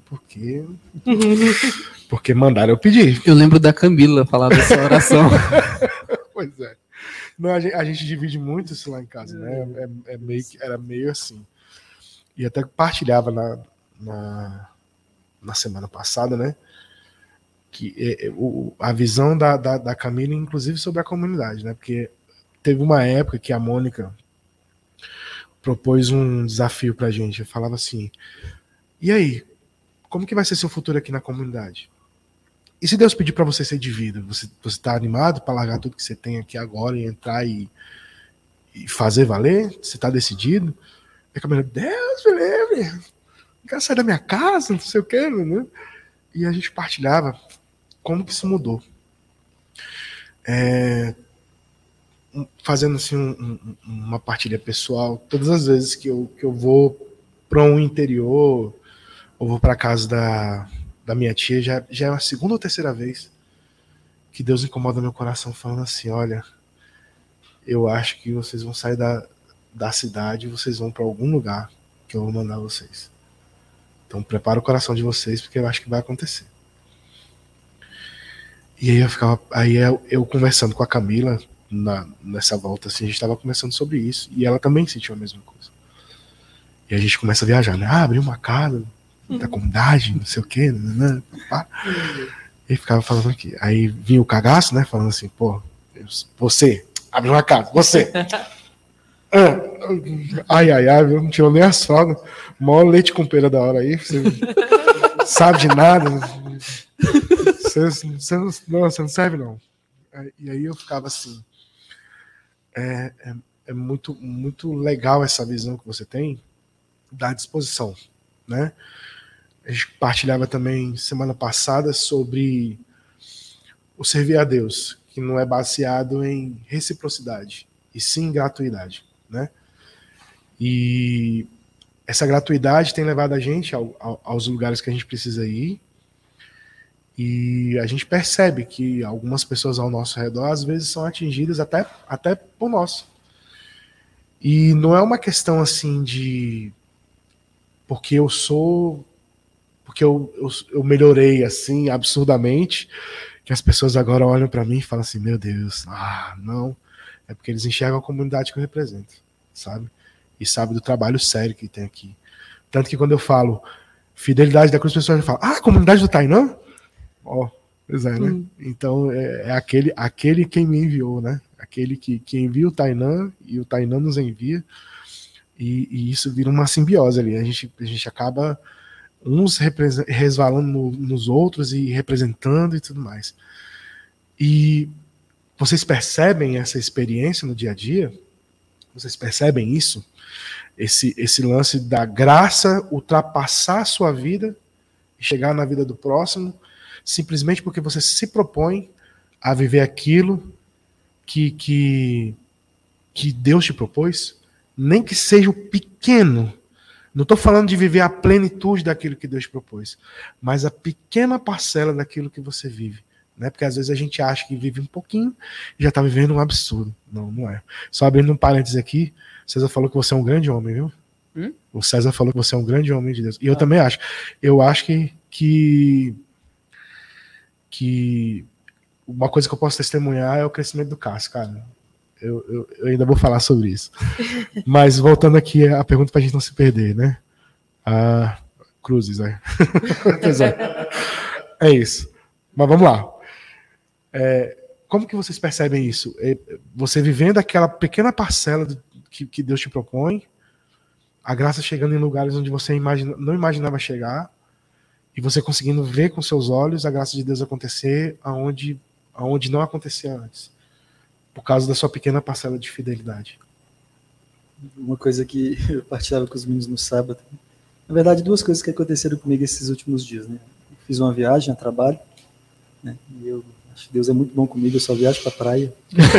porque mandaram eu pedir. Eu lembro da Camila falar dessa oração. Pois é. Não, a gente divide muito isso lá em casa, né? Era meio assim. E até partilhava na semana passada, né? Que a visão da Camila, inclusive sobre a comunidade, né? Porque teve uma época que a Mônica propôs um desafio pra gente. Eu falava assim, e aí, como que vai ser seu futuro aqui na comunidade? E se Deus pedir para você ser de vida, você tá animado para largar tudo que você tem aqui agora e entrar e fazer valer? Você tá decidido? E a Camila, Deus me livre, não quero sair da minha casa, não sei o que, né? E a gente partilhava como que isso mudou. Fazendo assim uma partilha pessoal, todas as vezes que eu vou para um interior ou vou para casa da minha tia, já é a segunda ou terceira vez que Deus incomoda meu coração falando assim, olha, eu acho que vocês vão sair da cidade e vocês vão para algum lugar que eu vou mandar vocês. Então prepara o coração de vocês, porque eu acho que vai acontecer. E aí eu conversando com a Camila nessa volta, assim, a gente estava conversando sobre isso, e ela também sentiu a mesma coisa. E a gente começa a viajar, né? Abrir uma casa da comunidade, não sei o quê, né? E ficava falando aqui. Aí vinha o cagaço, né? Falando assim, pô, você, abre uma casa, você. Ai, viu? Não tirou nem as fraldas. Maior leite com pera da hora aí. Você não sabe de nada. Você não serve, não. E aí eu ficava assim. É muito, muito legal essa visão que você tem da disposição, né? A gente partilhava também semana passada sobre o servir a Deus, que não é baseado em reciprocidade, e sim em gratuidade, né? E essa gratuidade tem levado a gente aos lugares que a gente precisa ir, e a gente percebe que algumas pessoas ao nosso redor às vezes são atingidas até por nós. E não é uma questão assim de porque eu melhorei assim absurdamente, que as pessoas agora olham para mim e falam assim, meu Deus, não, é porque eles enxergam a comunidade que eu represento, sabe? E sabem do trabalho sério que tem aqui. Tanto que quando eu falo Fidelidade da Cruz, as pessoas falam, comunidade do Tainã? Pois é, né? Então é aquele quem me enviou, né? Aquele que envia o Tainã e o Tainã nos envia, e isso vira uma simbiose ali. A gente acaba uns resvalando nos outros e representando e tudo mais. E vocês percebem essa experiência no dia a dia? Vocês percebem isso? Esse lance da graça ultrapassar a sua vida e chegar na vida do próximo, simplesmente porque você se propõe a viver aquilo que Deus te propôs, nem que seja o pequeno. Não estou falando de viver a plenitude daquilo que Deus te propôs, mas a pequena parcela daquilo que você vive. Né? Porque às vezes a gente acha que vive um pouquinho e já está vivendo um absurdo. Não é. Só abrindo um parênteses aqui, César falou que você é um grande homem, viu? O César falou que você é um grande homem de Deus. E eu também acho. Eu acho que uma coisa que eu posso testemunhar é o crescimento do Cássio, cara. Eu ainda vou falar sobre isso. Mas voltando aqui a pergunta para a gente não se perder, né? Cruzes, né? É isso. Mas vamos lá. Como que vocês percebem isso? Você vivendo aquela pequena parcela que Deus te propõe, a graça chegando em lugares onde você não imaginava chegar, e você conseguindo ver com seus olhos a graça de Deus acontecer aonde não acontecia antes, por causa da sua pequena parcela de fidelidade. Uma coisa que eu partilhava com os meninos no sábado, na verdade, duas coisas que aconteceram comigo esses últimos dias, né? Eu fiz uma viagem a trabalho, né? E eu acho que Deus é muito bom comigo, eu só viajo para praia.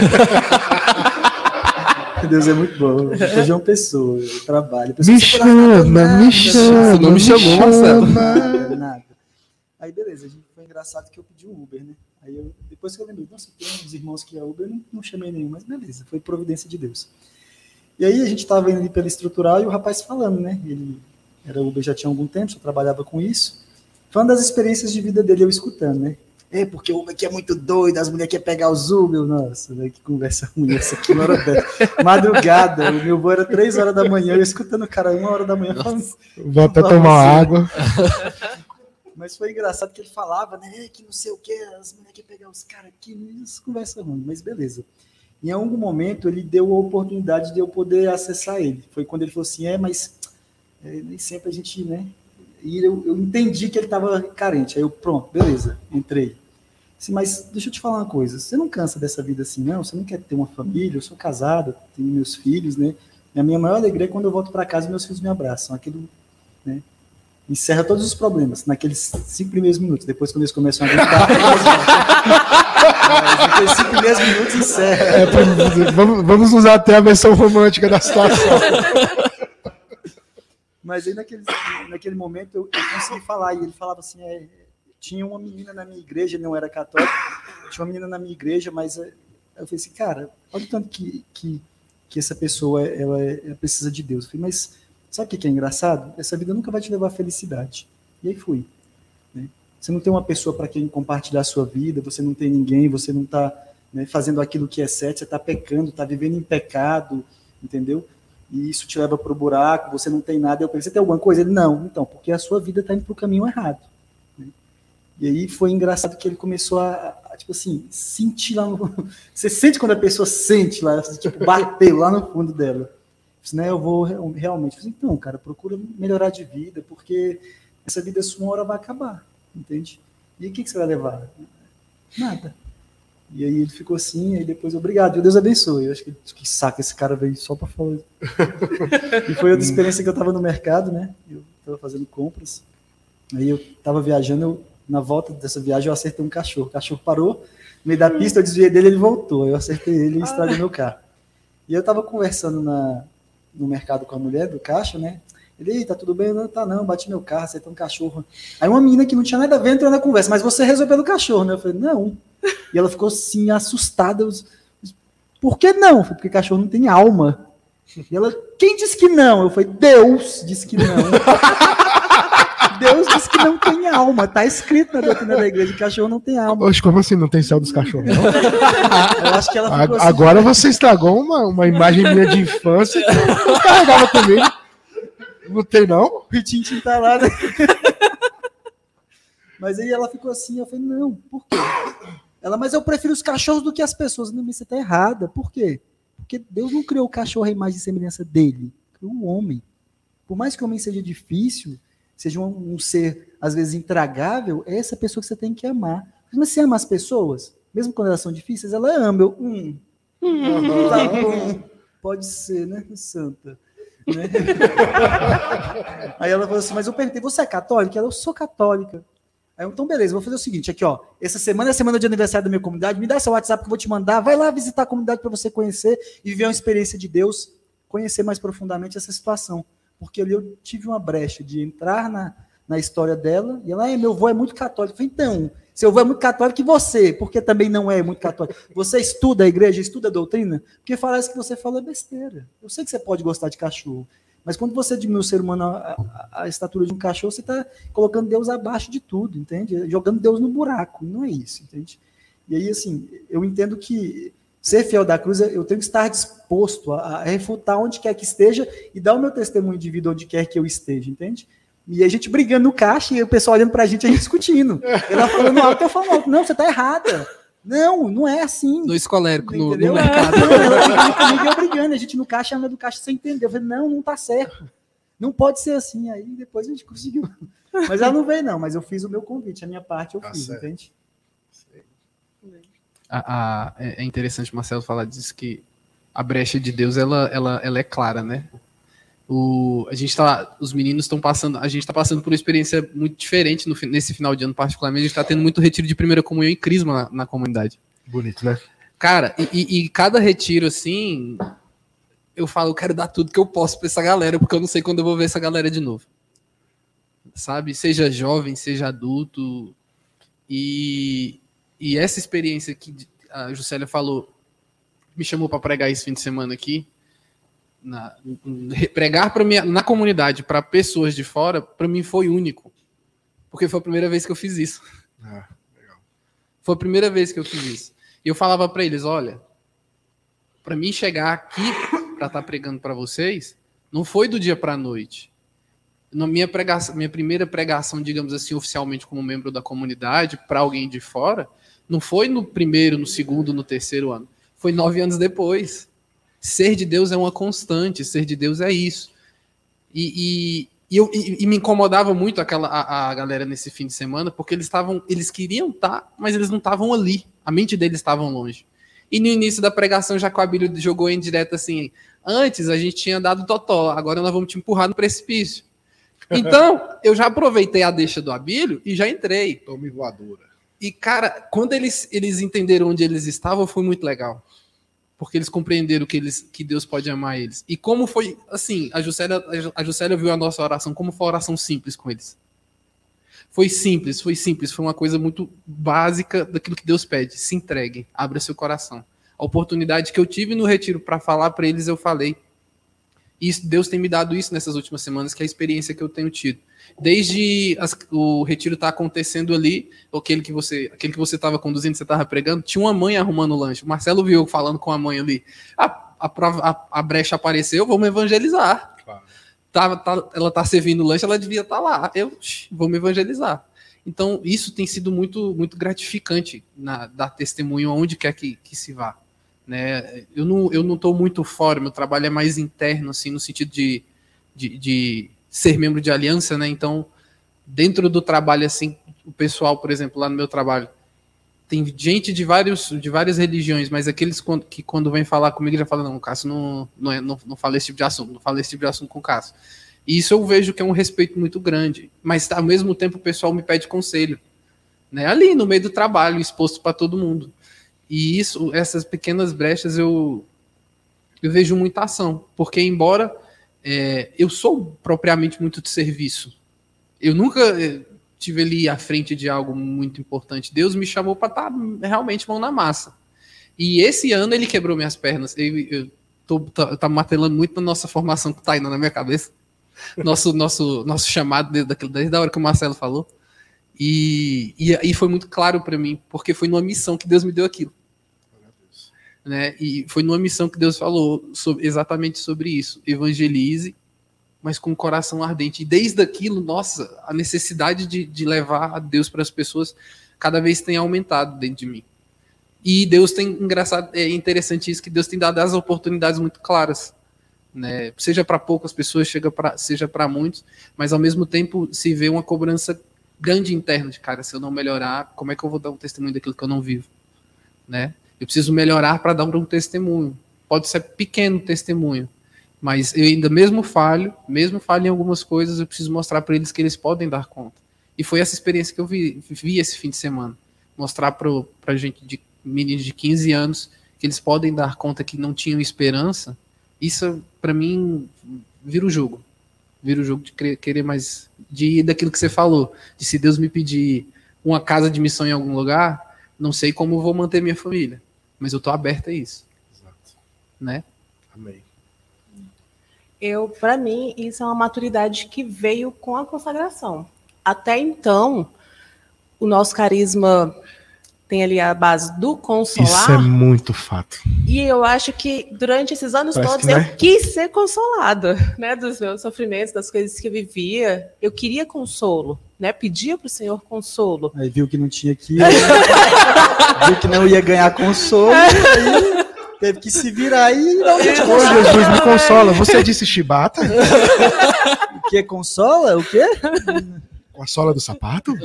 Deus é muito bom. Hoje é uma pessoa, eu trabalho. Me chama. Não me chamou, Marcelo. Nada. Aí, beleza, foi engraçado que eu pedi um Uber, né? Aí, depois que eu lembrei, nossa, tem uns irmãos que é Uber, eu não chamei nenhum, mas beleza, foi providência de Deus. E aí, a gente estava indo ali pela estrutural e o rapaz falando, né? Ele era Uber já tinha algum tempo, só trabalhava com isso. Falando das experiências de vida dele, eu escutando, né? Porque o Uber aqui é muito doido, as mulheres querem pegar os Uber. Nossa, que conversa ruim essa aqui, uma hora dessa. Madrugada, o meu voo era 3 horas da manhã, eu escutando o cara 1 hora da manhã falando. Vou até tomar água. Mas foi engraçado que ele falava, né? Que não sei o que, as mulheres querem pegar os caras aqui, isso conversa ruim, mas beleza. Em algum momento ele deu a oportunidade de eu poder acessar ele. Foi quando ele falou assim, mas nem sempre a gente, né? E eu entendi que ele estava carente. Aí eu, pronto, beleza, entrei. Mas deixa eu te falar uma coisa, você não cansa dessa vida assim, não? Você não quer ter uma família? Eu sou casado, tenho meus filhos, né? E a minha maior alegria é quando eu volto para casa e meus filhos me abraçam. Aquilo, né? Encerra todos os problemas naqueles 5 primeiros minutos. Depois, quando eles começam a gritar, mas naqueles 5 primeiros minutos encerra. Vamos usar até a versão romântica da situação. Mas aí naquele momento eu consegui falar, e ele falava assim, tinha uma menina na minha igreja, ele não era católico, tinha uma menina na minha igreja, mas eu falei assim, cara, olha o tanto que essa pessoa ela precisa de Deus. Eu falei, mas sabe o que é engraçado? Essa vida nunca vai te levar à felicidade. E aí fui. Né? Você não tem uma pessoa para quem compartilhar a sua vida, você não tem ninguém, você não está, né, fazendo aquilo que é certo, você está pecando, está vivendo em pecado, entendeu? E isso te leva para o buraco, você não tem nada. Eu pensei, você tem alguma coisa? Ele, não. Então, porque a sua vida está indo para o caminho errado. Né? E aí foi engraçado que ele começou a tipo assim, sentir lá no... Você sente quando a pessoa sente lá, tipo, bateu lá no fundo dela. Né, eu vou realmente... Então, cara, procura melhorar de vida, porque essa vida sua uma hora vai acabar, entende? E o que você vai levar? Nada. E aí ele ficou assim, aí depois, obrigado, Deus abençoe. Eu acho que saca, esse cara veio só para falar. E foi outra experiência que eu estava no mercado, né? Eu estava fazendo compras. Aí eu tava viajando, na volta dessa viagem eu acertei um cachorro. O cachorro parou, no meio da pista, eu desviei dele, ele voltou. Eu acertei ele e estraguei meu carro. E eu tava conversando no mercado com a mulher do caixa, né? Ele, tá tudo bem? Não, tá não, bati meu carro, acertei um cachorro. Aí uma menina que não tinha nada a ver entrou na conversa, mas você resolveu pelo cachorro, né? Eu falei, não. E ela ficou assim, assustada. Por que não? Porque cachorro não tem alma. E ela, quem disse que não? Eu falei, Deus disse que não. Deus disse que não tem alma. Tá escrito na doutrina da igreja que cachorro não tem alma. Oxe, como assim não tem céu dos cachorros? Não? Eu acho que ela ficou assim. Agora você estragou uma imagem minha de infância que eu carregava comigo. Não tem, não? O Tintin tá lá, né? Mas aí ela ficou assim, eu falei, não, por quê? Ela, mas eu prefiro os cachorros do que as pessoas. Não, mas você tá errada. Por quê? Porque Deus não criou o cachorro à imagem e semelhança dele. Criou o homem. Por mais que o homem seja difícil, seja um ser, às vezes, intragável, é essa pessoa que você tem que amar. Mas você ama as pessoas? Mesmo quando elas são difíceis, ela ama. Tá bom. Pode ser, né, santa? Né? Aí ela falou assim, mas eu perguntei, você é católica? Ela, eu sou católica. Aí eu, então beleza, vou fazer o seguinte, aqui ó, essa semana é a semana de aniversário da minha comunidade, me dá seu WhatsApp que eu vou te mandar, vai lá visitar a comunidade para você conhecer e viver uma experiência de Deus, conhecer mais profundamente essa situação, porque ali eu tive uma brecha de entrar na história dela, e ela, meu avô é muito católico. Eu falei, então, seu avô é muito católico e você, porque também não é muito católico, você estuda a igreja, estuda a doutrina, porque falar isso que você fala é besteira. Eu sei que você pode gostar de cachorro, mas quando você diminui o ser humano a estatura de um cachorro, você está colocando Deus abaixo de tudo, entende? Jogando Deus no buraco, não é isso, entende? E aí, assim, eu entendo que ser fiel da cruz, eu tenho que estar disposto a refutar onde quer que esteja e dar o meu testemunho de vida onde quer que eu esteja, entende? E a gente brigando no caixa e o pessoal olhando pra gente discutindo. Ela falando alto, eu falando alto. Não, você tá errada. Não, não é assim. Dois coléricos no Entendeu? mercado. Não, ela brigando comigo e eu brigando. A gente no caixa, ela do caixa sem entender. Eu falei, não tá certo. Não pode ser assim. Aí depois a gente conseguiu. Mas ela não veio, não. Mas eu fiz o meu convite. A minha parte eu fiz, certo. Entende? É interessante o Marcelo falar disso, que a brecha de Deus, ela é clara, né? Os meninos estão passando, a gente está passando por uma experiência muito diferente nesse final de ano, particularmente. A gente está tendo muito retiro de primeira comunhão e crisma na comunidade. Bonito, né? Cara, e cada retiro, assim, eu falo, eu quero dar tudo que eu posso para essa galera, porque eu não sei quando eu vou ver essa galera de novo. Sabe? Seja jovem, seja adulto. E essa experiência que a Juscelia falou, me chamou para pregar esse fim de semana aqui, pregar na comunidade para pessoas de fora, para mim foi único, porque foi a primeira vez que eu fiz isso. Legal. Foi a primeira vez que eu fiz isso. E eu falava para eles, olha, para mim chegar aqui para estar pregando para vocês, não foi do dia para a noite. Minha primeira pregação, digamos assim, oficialmente como membro da comunidade, para alguém de fora, não foi no primeiro, no segundo, no terceiro ano. Foi 9 anos depois. Ser de Deus é uma constante, ser de Deus é isso. E me incomodava muito a galera nesse fim de semana, porque eles queriam estar, mas eles não estavam ali. A mente deles estava longe. E no início da pregação, já que o Abílio jogou em direto assim, antes a gente tinha dado totó, agora nós vamos te empurrar no precipício. Então, eu já aproveitei a deixa do Abílio e já entrei. Tome voadora. E, cara, quando eles entenderam onde eles estavam, foi muito legal. Porque eles compreenderam que Deus pode amar eles. E como foi, assim, a Juscelia viu a nossa oração, como foi uma oração simples com eles. Foi simples, foi uma coisa muito básica daquilo que Deus pede. Se entreguem, abra seu coração. A oportunidade que eu tive no retiro para falar para eles, eu falei. E Deus tem me dado isso nessas últimas semanas, que é a experiência que eu tenho tido. Desde o retiro tá acontecendo ali, aquele que você estava conduzindo, você estava pregando, tinha uma mãe arrumando o lanche. O Marcelo viu eu falando com a mãe ali. A brecha apareceu, vamos evangelizar. Claro. Ela tá servindo o lanche, ela devia estar lá. Vamos evangelizar. Então, isso tem sido muito, muito gratificante dar testemunho aonde quer que se vá. Né? Eu não estou muito fora, meu trabalho é mais interno, assim, no sentido de ser membro de aliança, né? Então, dentro do trabalho, assim, o pessoal, por exemplo, lá no meu trabalho, tem gente de várias religiões, mas aqueles que quando vem falar comigo já falam, não, o Cássio não fala esse tipo de assunto, não fala esse tipo de assunto com o Cássio. E isso eu vejo que é um respeito muito grande. Mas, ao mesmo tempo, o pessoal me pede conselho. Né? Ali, no meio do trabalho, exposto para todo mundo. E isso, essas pequenas brechas, eu vejo muita ação. Porque, embora eu sou propriamente muito de serviço, eu nunca tive ali à frente de algo muito importante. Deus me chamou para estar realmente mão na massa. E esse ano ele quebrou minhas pernas. Eu tô martelando muito na nossa formação que tá indo na minha cabeça. Nosso chamado desde a hora que o Marcelo falou. E foi muito claro para mim, porque foi numa missão que Deus me deu aquilo. Né? E foi numa missão que Deus falou exatamente sobre isso. Evangelize, mas com o coração ardente. E desde aquilo, nossa, a necessidade de levar a Deus para as pessoas cada vez tem aumentado dentro de mim. E Deus tem, é interessante isso, que Deus tem dado as oportunidades muito claras. Né? Seja para poucas pessoas, seja para muitos, mas ao mesmo tempo se vê uma cobrança grande interna de, cara, se eu não melhorar, como é que eu vou dar um testemunho daquilo que eu não vivo? Né? Eu preciso melhorar para dar um testemunho. Pode ser pequeno testemunho, mas eu ainda mesmo falho em algumas coisas, eu preciso mostrar para eles que eles podem dar conta. E foi essa experiência que eu vi esse fim de semana. Mostrar para gente de meninos de 15 anos que eles podem dar conta que não tinham esperança. Isso, para mim, vira o jogo. Vira o jogo de querer mais, de ir daquilo que você falou, de se Deus me pedir uma casa de missão em algum lugar, não sei como eu vou manter minha família, mas eu tô aberto a isso. Exato. Né? Amém. Para mim, isso é uma maturidade que veio com a consagração. Até então, o nosso carisma tem ali a base do consolar. Isso é muito fato. E eu acho que durante esses anos todos eu quis ser consolada, né, dos meus sofrimentos, das coisas que eu vivia. Eu queria consolo, né? Pedia para o Senhor consolo. Aí viu que não tinha aqui, viu que não ia ganhar consolo, aí teve que se virar e não. Ô, Jesus, me consola. Você disse chibata? O que consola? O quê? Com a sola do sapato?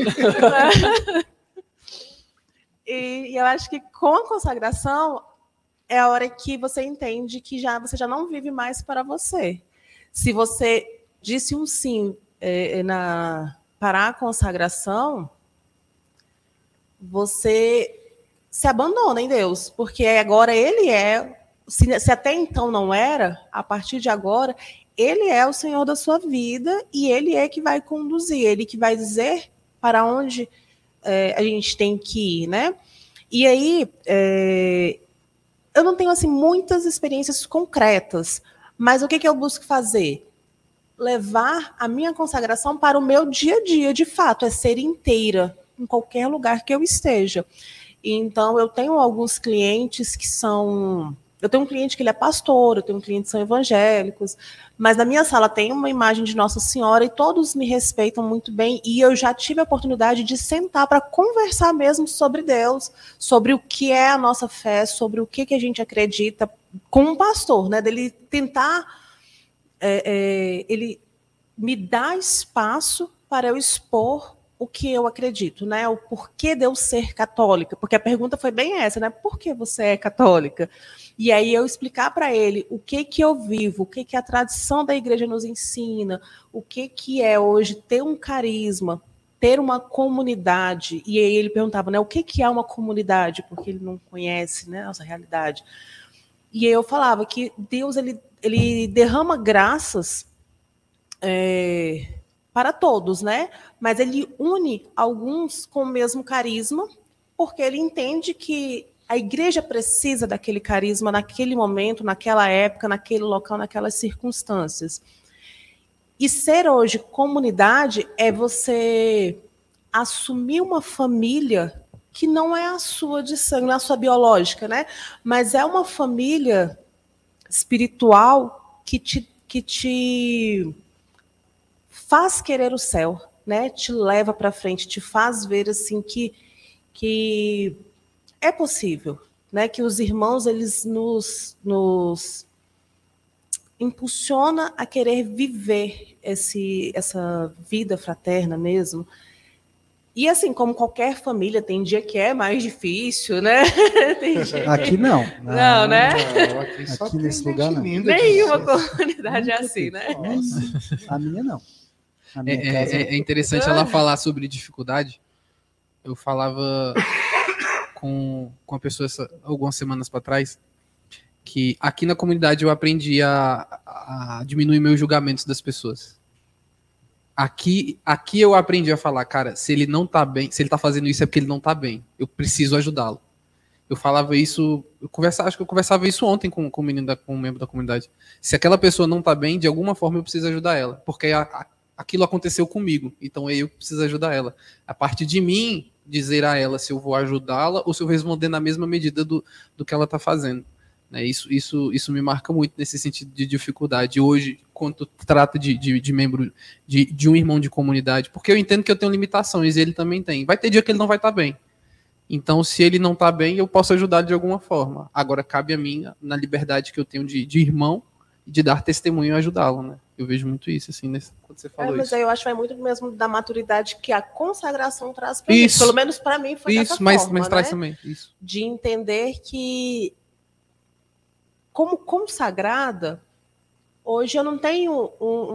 E eu acho que com a consagração é a hora que você entende que você já não vive mais para você. Se você disse um sim para a consagração, você se abandona em Deus, porque agora Ele é, se até então não era, a partir de agora, Ele é o Senhor da sua vida e Ele é que vai conduzir, Ele que vai dizer para onde a gente tem que ir, né? E aí, eu não tenho assim muitas experiências concretas, mas o que eu busco fazer? Levar a minha consagração para o meu dia a dia, de fato, é ser inteira em qualquer lugar que eu esteja. Então, eu tenho alguns clientes que são... Eu tenho um cliente que ele é pastor, eu tenho um cliente que são evangélicos, mas na minha sala tem uma imagem de Nossa Senhora e todos me respeitam muito bem, e eu já tive a oportunidade de sentar para conversar mesmo sobre Deus, sobre o que é a nossa fé, sobre o que a gente acredita, com um pastor, né? Dele tentar... ele me dá espaço para eu expor o que eu acredito, né? O porquê de eu ser católica, porque a pergunta foi bem essa, né? Por que você é católica? E aí eu explicar para ele o que eu vivo, o que a tradição da igreja nos ensina, o que é hoje ter um carisma, ter uma comunidade. E aí ele perguntava, né? O que é uma comunidade? Porque ele não conhece, né, a nossa realidade. E aí eu falava que Deus ele derrama graças para todos, né? Mas ele une alguns com o mesmo carisma, porque ele entende que a igreja precisa daquele carisma naquele momento, naquela época, naquele local, naquelas circunstâncias. E ser hoje comunidade é você assumir uma família que não é a sua de sangue, não é a sua biológica, né? Mas é uma família espiritual que te faz querer o céu, né? Te leva para frente, te faz ver assim que é possível, né? Que os irmãos eles nos impulsiona a querer viver essa vida fraterna mesmo. E assim, como qualquer família, tem dia que é mais difícil, né? Tem dia... Aqui não. Não, né? Não, aqui só Aqui tem nesse gente lugar, não. linda Nenhuma disso. comunidade é assim, né? A minha não. A minha casa É interessante ela falar sobre dificuldade. Eu falava com uma pessoa algumas semanas para trás que aqui na comunidade eu aprendi a diminuir meus julgamentos das pessoas. Aqui eu aprendi a falar, cara, se ele não tá bem, se ele tá fazendo isso é porque ele não tá bem. Eu preciso ajudá-lo. Eu falava isso, acho que eu conversava isso ontem com um menino, com um membro da comunidade. Se aquela pessoa não tá bem, de alguma forma eu preciso ajudar ela, porque aquilo aconteceu comigo, então eu preciso ajudar ela. A partir de mim, dizer a ela se eu vou ajudá-la ou se eu responder na mesma medida do que ela tá fazendo. Isso me marca muito nesse sentido de dificuldade. Hoje, quando trata de membro de um irmão de comunidade, porque eu entendo que eu tenho limitações e ele também tem. Vai ter dia que ele não vai estar bem. Então, se ele não está bem, eu posso ajudar de alguma forma. Agora, cabe a mim, na liberdade que eu tenho de irmão, de dar testemunho e ajudá-lo, né? Eu vejo muito isso, assim, quando você falou mas isso. aí eu acho que vai muito mesmo da maturidade que a consagração traz pra gente. Pelo menos para mim foi dessa mas forma, traz né? também, isso. De entender que, como consagrada, hoje eu não tenho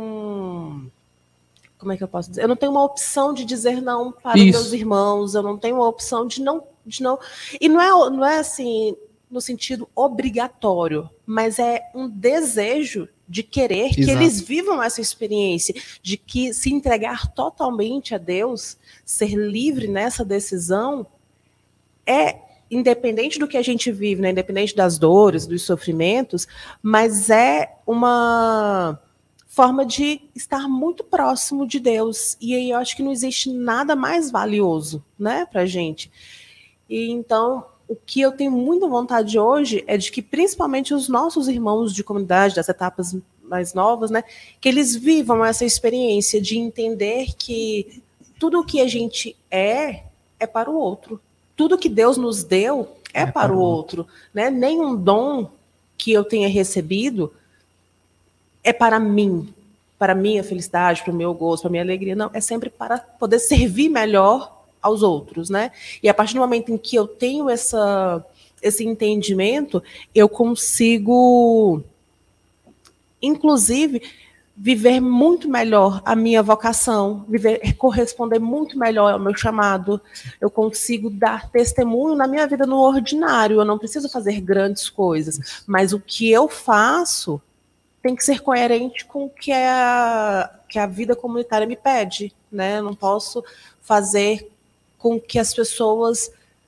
como é que eu posso dizer? Eu não tenho uma opção de dizer não para os meus irmãos, eu não tenho uma opção de não. E não é assim, no sentido obrigatório, mas é um desejo de querer que eles vivam essa experiência, de que se entregar totalmente a Deus, ser livre nessa decisão, independente do que a gente vive, né? Independente das dores, dos sofrimentos, mas é uma forma de estar muito próximo de Deus. E aí eu acho que não existe nada mais valioso, né, pra gente. E então, o que eu tenho muita vontade hoje é de que, principalmente os nossos irmãos de comunidade, das etapas mais novas, né, que eles vivam essa experiência de entender que tudo o que a gente é para o outro. Tudo que Deus nos deu é para o outro, né? Nenhum dom que eu tenha recebido é para mim, para a minha felicidade, para o meu gozo, para a minha alegria. Não, é sempre para poder servir melhor aos outros, né? E a partir do momento em que eu tenho esse entendimento, eu consigo, inclusive, viver muito melhor a minha vocação, corresponder muito melhor ao meu chamado. Eu consigo dar testemunho na minha vida no ordinário. Eu não preciso fazer grandes coisas, mas o que eu faço tem que ser coerente com o que a vida comunitária me pede, né? Eu não posso fazer com que as pessoas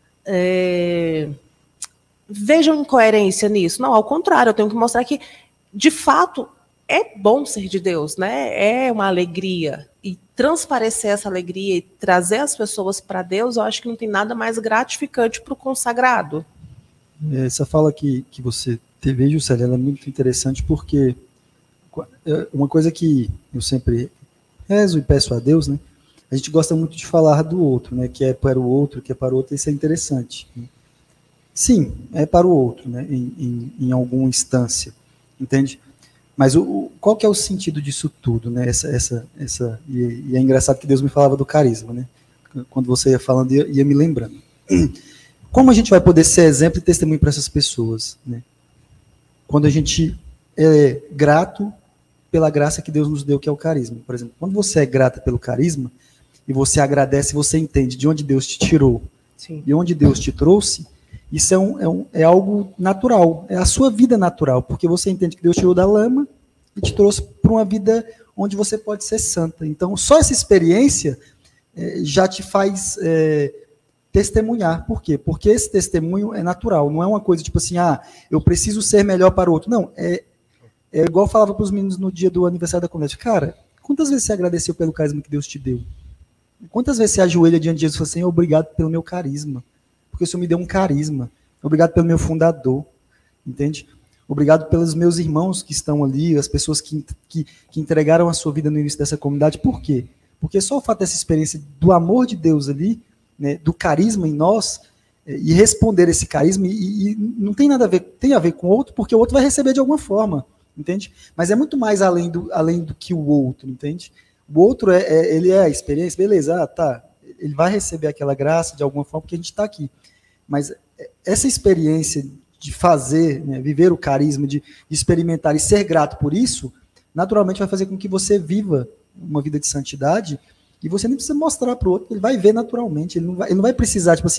vejam incoerência nisso. Não, ao contrário, eu tenho que mostrar que, de fato, é bom ser de Deus, né? É uma alegria. E transparecer essa alegria e trazer as pessoas para Deus, eu acho que não tem nada mais gratificante para o consagrado. Essa fala que você teve, Juscelia, ela é muito interessante, porque uma coisa que eu sempre rezo e peço a Deus, né? A gente gosta muito de falar do outro, né? Que é para o outro, que é para o outro, isso é interessante. Né? Sim, é para o outro, né? Em alguma instância, entende? Mas qual que é o sentido disso tudo, né? E é engraçado que Deus me falava do carisma, né? Quando você ia falando, ia me lembrando. Como a gente vai poder ser exemplo e testemunho para essas pessoas, né? Quando a gente é grato pela graça que Deus nos deu, que é o carisma. Por exemplo, quando você é grata pelo carisma e você agradece, você entende de onde Deus te tirou, Sim. de onde Deus te trouxe, isso é algo natural, é a sua vida natural, porque você entende que Deus tirou da lama e te trouxe para uma vida onde você pode ser santa. Então, só essa experiência já te faz testemunhar. Por quê? Porque esse testemunho é natural, não é uma coisa tipo assim, eu preciso ser melhor para o outro. Não, é igual eu falava para os meninos no dia do aniversário da comunidade. Cara, quantas vezes você agradeceu pelo carisma que Deus te deu? Quantas vezes você ajoelha diante de Jesus e fala assim, obrigado pelo meu carisma, porque o Senhor me deu um carisma. Obrigado pelo meu fundador, entende? Obrigado pelos meus irmãos que estão ali, as pessoas que entregaram a sua vida no início dessa comunidade. Por quê? Porque só o fato dessa experiência do amor de Deus ali, né, do carisma em nós, e responder esse carisma, e não tem nada a ver, tem a ver com o outro, porque o outro vai receber de alguma forma, entende? Mas é muito mais além do que o outro, entende? O outro, ele é a experiência, beleza, ele vai receber aquela graça de alguma forma, porque a gente está aqui. Mas essa experiência de fazer, né, viver o carisma, de experimentar e ser grato por isso, naturalmente vai fazer com que você viva uma vida de santidade, e você nem precisa mostrar para o outro, ele vai ver naturalmente, ele não vai precisar, tipo assim,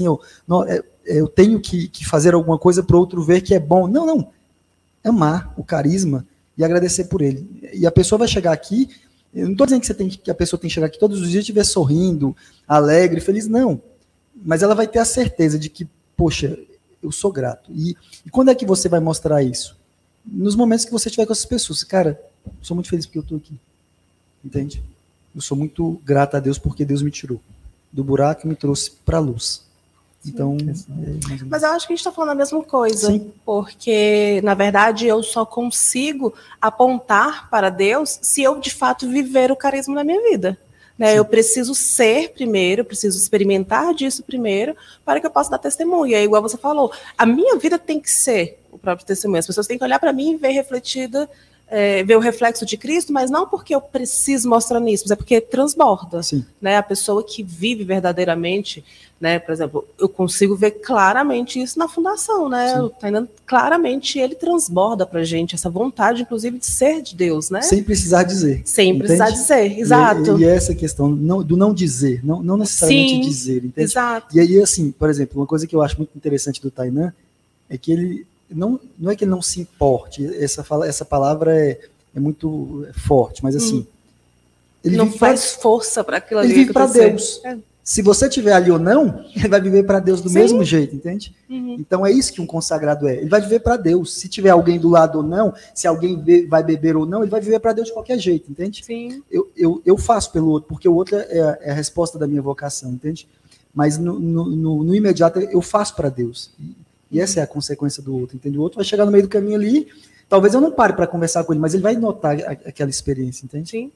eu tenho que fazer alguma coisa para o outro ver que é bom. Não. Amar o carisma e agradecer por ele. E a pessoa vai chegar aqui, eu não estou dizendo que a pessoa tem que chegar aqui todos os dias e estiver sorrindo, alegre, feliz, não. Mas ela vai ter a certeza de que, poxa, eu sou grato. E quando é que você vai mostrar isso? Nos momentos que você estiver com essas pessoas. Cara, sou muito feliz porque eu estou aqui. Entende? Eu sou muito grato a Deus porque Deus me tirou do buraco e me trouxe para a luz. Então, mas eu acho que a gente está falando a mesma coisa. Sim. Porque, na verdade, eu só consigo apontar para Deus se eu, de fato, viver o carisma na minha vida. Né? Eu preciso ser primeiro, preciso experimentar disso primeiro, para que eu possa dar testemunho. É igual você falou, a minha vida tem que ser o próprio testemunho. As pessoas têm que olhar para mim e ver refletida, ver o reflexo de Cristo, mas não porque eu preciso mostrar nisso, mas é porque transborda. Né? A pessoa que vive verdadeiramente, né? Por exemplo, eu consigo ver claramente isso na fundação, né? Claramente ele transborda pra gente essa vontade, inclusive, de ser de Deus, né? Sem precisar dizer. Sem precisar dizer, exato. E essa questão do não dizer, não necessariamente dizer, entende? Exato. E aí, assim, por exemplo, uma coisa que eu acho muito interessante do Tainan é que ele não é que ele não se importe, essa palavra é muito forte, mas assim, ele não faz força para aquilo ali. Ele vive para Deus. Se você estiver ali ou não, ele vai viver para Deus do mesmo jeito, entende? Então é isso que um consagrado é. Ele vai viver para Deus. Se tiver alguém do lado ou não, se alguém vai beber ou não, ele vai viver para Deus de qualquer jeito, entende? Sim. Eu faço pelo outro, porque o outro é a resposta da minha vocação, entende? Mas no imediato eu faço para Deus. E essa é a consequência do outro, entende? O outro vai chegar no meio do caminho ali, talvez eu não pare para conversar com ele, mas ele vai notar aquela experiência, entende? Sim.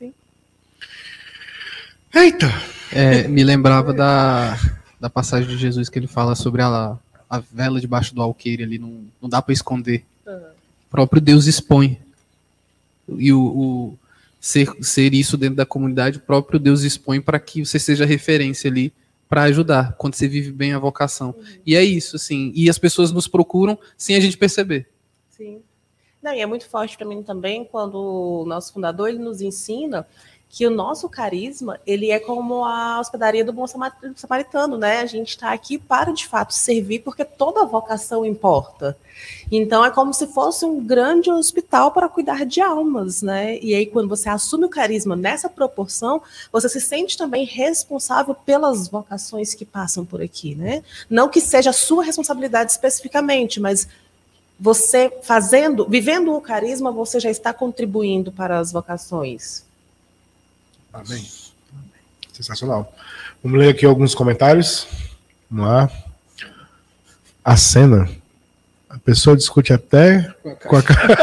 Eita! Me lembrava da passagem de Jesus que ele fala sobre a vela debaixo do alqueire ali, não dá para esconder. O próprio Deus expõe. E o ser isso dentro da comunidade, o próprio Deus expõe para que você seja referência ali para ajudar, quando você vive bem a vocação. E é isso, assim. E as pessoas nos procuram sem a gente perceber. Sim. Não, e é muito forte para mim também quando o nosso fundador ele nos ensina que o nosso carisma, ele é como a hospedaria do bom samaritano, né? A gente está aqui para, de fato, servir, porque toda vocação importa. Então, é como se fosse um grande hospital para cuidar de almas, né? E aí, quando você assume o carisma nessa proporção, você se sente também responsável pelas vocações que passam por aqui, né? Não que seja a sua responsabilidade especificamente, mas você vivendo o carisma, você já está contribuindo para as vocações. Amém. Sensacional. Vamos ler aqui alguns comentários. Vamos lá. A cena. A pessoa discute até com a cara.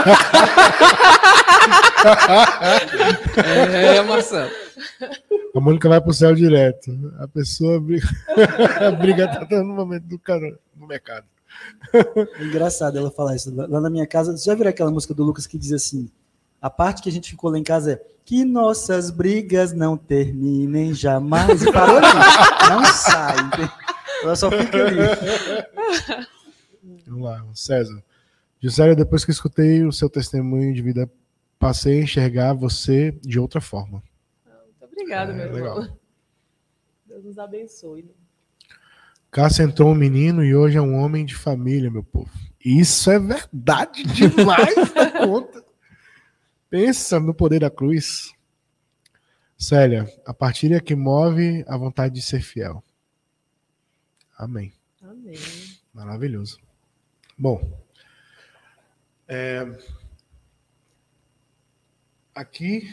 Marcelo. A Mônica vai pro céu direto. A pessoa briga. A briga tá dando no momento no mercado. É engraçado ela falar isso. Lá na minha casa, você já viu aquela música do Lucas que diz assim: a parte que a gente ficou lá em casa é que nossas brigas não terminem jamais. E parou ali. Não sai. Ela só fica ali. Vamos lá, César. Gisele, depois que escutei o seu testemunho de vida, passei a enxergar você de outra forma. Muito obrigada, meu irmão. Legal. Deus nos abençoe. Cássia entrou um menino e hoje é um homem de família, meu povo. Isso é verdade demais da conta. Pensa no poder da cruz. Célia, a partilha que move a vontade de ser fiel. Amém. Amém. Maravilhoso. Bom, aqui,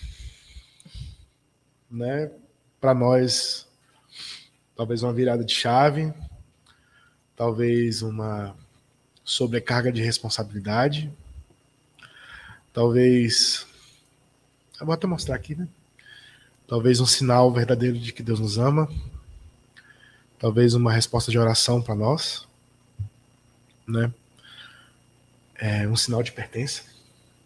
né, para nós, talvez uma virada de chave, talvez uma sobrecarga de responsabilidade, talvez, eu vou até mostrar aqui, né? Talvez um sinal verdadeiro de que Deus nos ama, talvez uma resposta de oração para nós, né? Um sinal de pertença,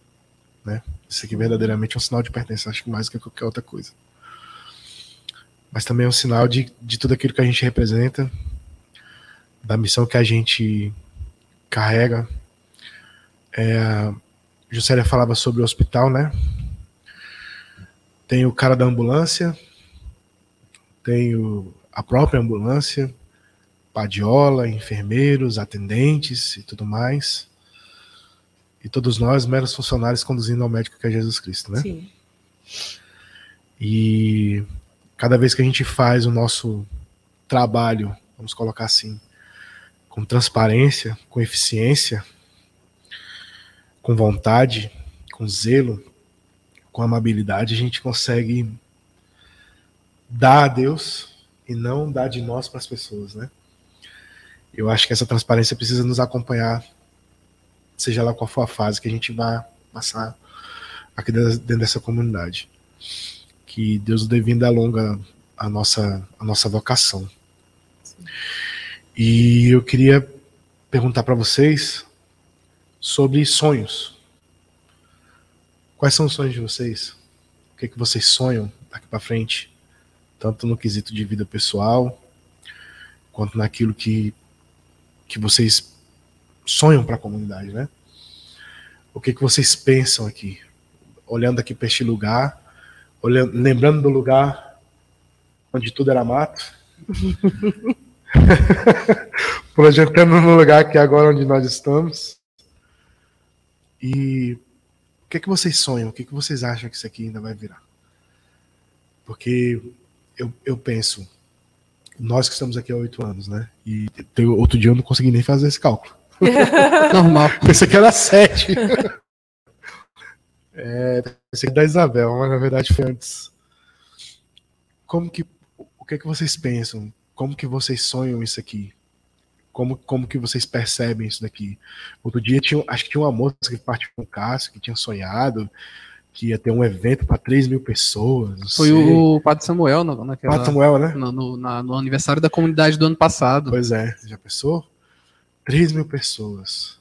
né? Isso aqui verdadeiramente é um sinal de pertença, acho que mais do que qualquer outra coisa. mas também é um sinal de tudo aquilo que a gente representa, da missão que a gente carrega. Juscelia falava sobre o hospital, né? Tem o cara da ambulância, tem a própria ambulância, padiola, enfermeiros, atendentes e tudo mais. E todos nós, meros funcionários, conduzindo ao médico que é Jesus Cristo, né? Sim. E cada vez que a gente faz o nosso trabalho, vamos colocar assim, com transparência, com eficiência, com vontade, com zelo, com amabilidade, a gente consegue dar a Deus e não dar de nós para as pessoas, né? Eu acho que essa transparência precisa nos acompanhar, seja lá qual for a fase que a gente vai passar aqui dentro dessa comunidade. Que Deus o dê vida longa a nossa vocação. Sim. E eu queria perguntar para vocês sobre sonhos. Quais são os sonhos de vocês? O que é que vocês sonham daqui para frente? Tanto no quesito de vida pessoal, quanto naquilo que vocês sonham para a comunidade, né? O que vocês pensam aqui? Olhando aqui para este lugar, lembrando do lugar onde tudo era mato, projetando no lugar que é agora onde nós estamos. E o que vocês sonham? O que vocês acham que isso aqui ainda vai virar? Porque eu penso, nós que estamos aqui há 8 anos, né? E outro dia eu não consegui nem fazer esse cálculo. Normal. Pensei que era 7. Pensei que era da Isabel, mas na verdade foi antes. O que vocês pensam? Como que vocês sonham isso aqui? Como que vocês percebem isso daqui? Outro dia, acho que tinha uma moça que partiu com o Cássio, que tinha sonhado que ia ter um evento para 3.000 pessoas. Foi o Padre Samuel Padre Samuel, né? No aniversário da comunidade do ano passado. Pois é, já pensou? 3.000 pessoas.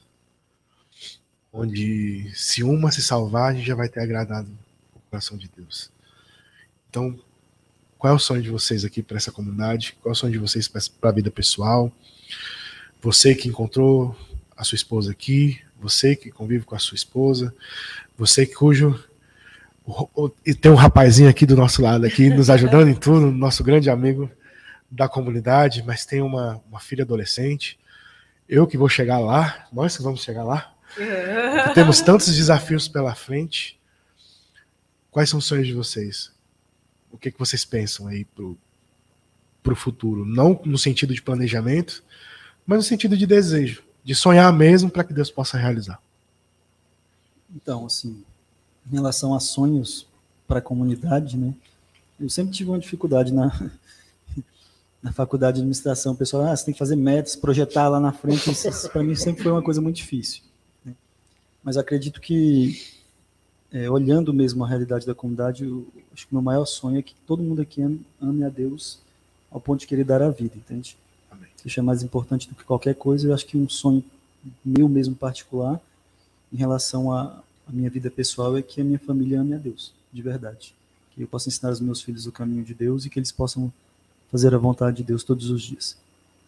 Onde, se uma se salvar, a gente já vai ter agradado o coração de Deus. Então, qual é o sonho de vocês aqui para essa comunidade? Qual é o sonho de vocês para a vida pessoal? Você que encontrou a sua esposa aqui, você que convive com a sua esposa, você e tem um rapazinho aqui do nosso lado, aqui, nos ajudando em tudo, nosso grande amigo da comunidade, mas tem uma filha adolescente. Eu que vou chegar lá, nós que vamos chegar lá. Temos tantos desafios pela frente. Quais são os sonhos de vocês? O que vocês pensam aí pro futuro? Não no sentido de planejamento, mas no sentido de desejo, de sonhar mesmo para que Deus possa realizar. Então, assim, em relação a sonhos para a comunidade, né? Eu sempre tive uma dificuldade na faculdade de administração. O pessoal, você tem que fazer metas, projetar lá na frente. Isso para mim sempre foi uma coisa muito difícil, né? Mas acredito que, olhando mesmo a realidade da comunidade, eu acho que o meu maior sonho é que todo mundo aqui ame a Deus ao ponto de querer dar a vida, entende? Amém. Isso é mais importante do que qualquer coisa. Eu acho que um sonho meu mesmo particular, em relação à minha vida pessoal, é que a minha família ame a Deus, de verdade. Que eu possa ensinar os meus filhos o caminho de Deus e que eles possam fazer a vontade de Deus todos os dias.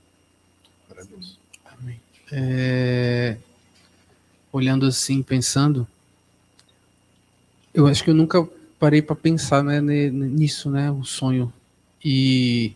Amém. Olhando assim, pensando, eu acho que eu nunca parei para pensar, né, nisso, né, o sonho. E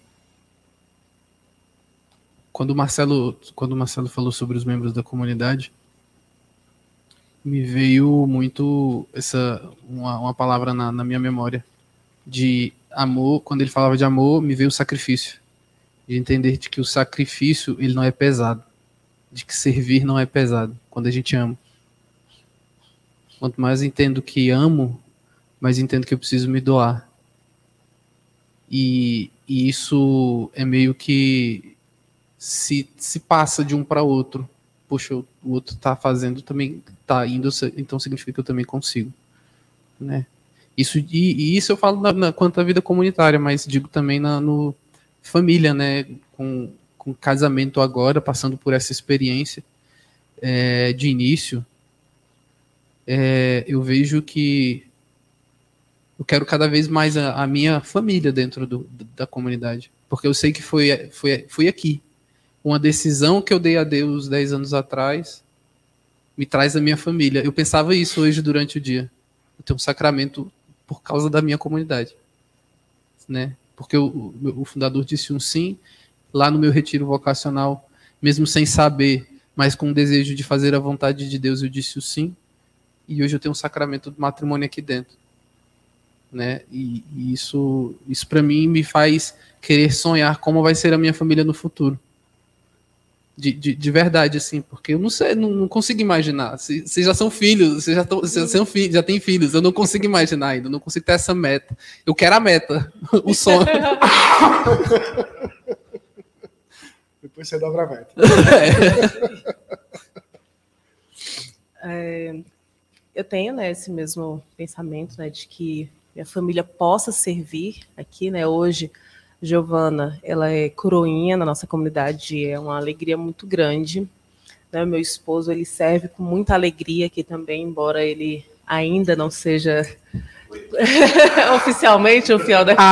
quando o Marcelo falou sobre os membros da comunidade, me veio muito uma palavra na minha memória de amor. Quando ele falava de amor, me veio o sacrifício, de entender de que o sacrifício ele não é pesado, de que servir não é pesado quando a gente ama. Quanto mais entendo que amo, mais entendo que eu preciso me doar. E isso é meio que se passa de um para outro. Poxa, o outro está fazendo, também está indo, então significa que eu também consigo, né? Isso eu falo quanto à vida comunitária, mas digo também no família, né? Com casamento agora, passando por essa experiência de início, eu vejo que eu quero cada vez mais a minha família dentro da comunidade. Porque eu sei que foi aqui. Uma decisão que eu dei a Deus 10 anos atrás me traz a minha família. Eu pensava isso hoje durante o dia. Eu tenho um sacramento por causa da minha comunidade. Né? Porque o fundador disse um sim, lá no meu retiro vocacional, mesmo sem saber, mas com o desejo de fazer a vontade de Deus, eu disse o sim. E hoje eu tenho um sacramento do matrimônio aqui dentro. Né? E isso para mim me faz querer sonhar como vai ser a minha família no futuro. De verdade, assim, porque eu não sei, não consigo imaginar. Vocês já são filhos, já têm filhos, eu não consigo imaginar ainda, não consigo ter essa meta. Eu quero a meta, o sonho. Depois você dobra a meta. Eu tenho, né, esse mesmo pensamento, né, de que minha família possa servir aqui, né, hoje. Giovana, ela é coroinha na nossa comunidade, é uma alegria muito grande. Né? Meu esposo, ele serve com muita alegria aqui também, embora ele ainda não seja oficialmente o fiel da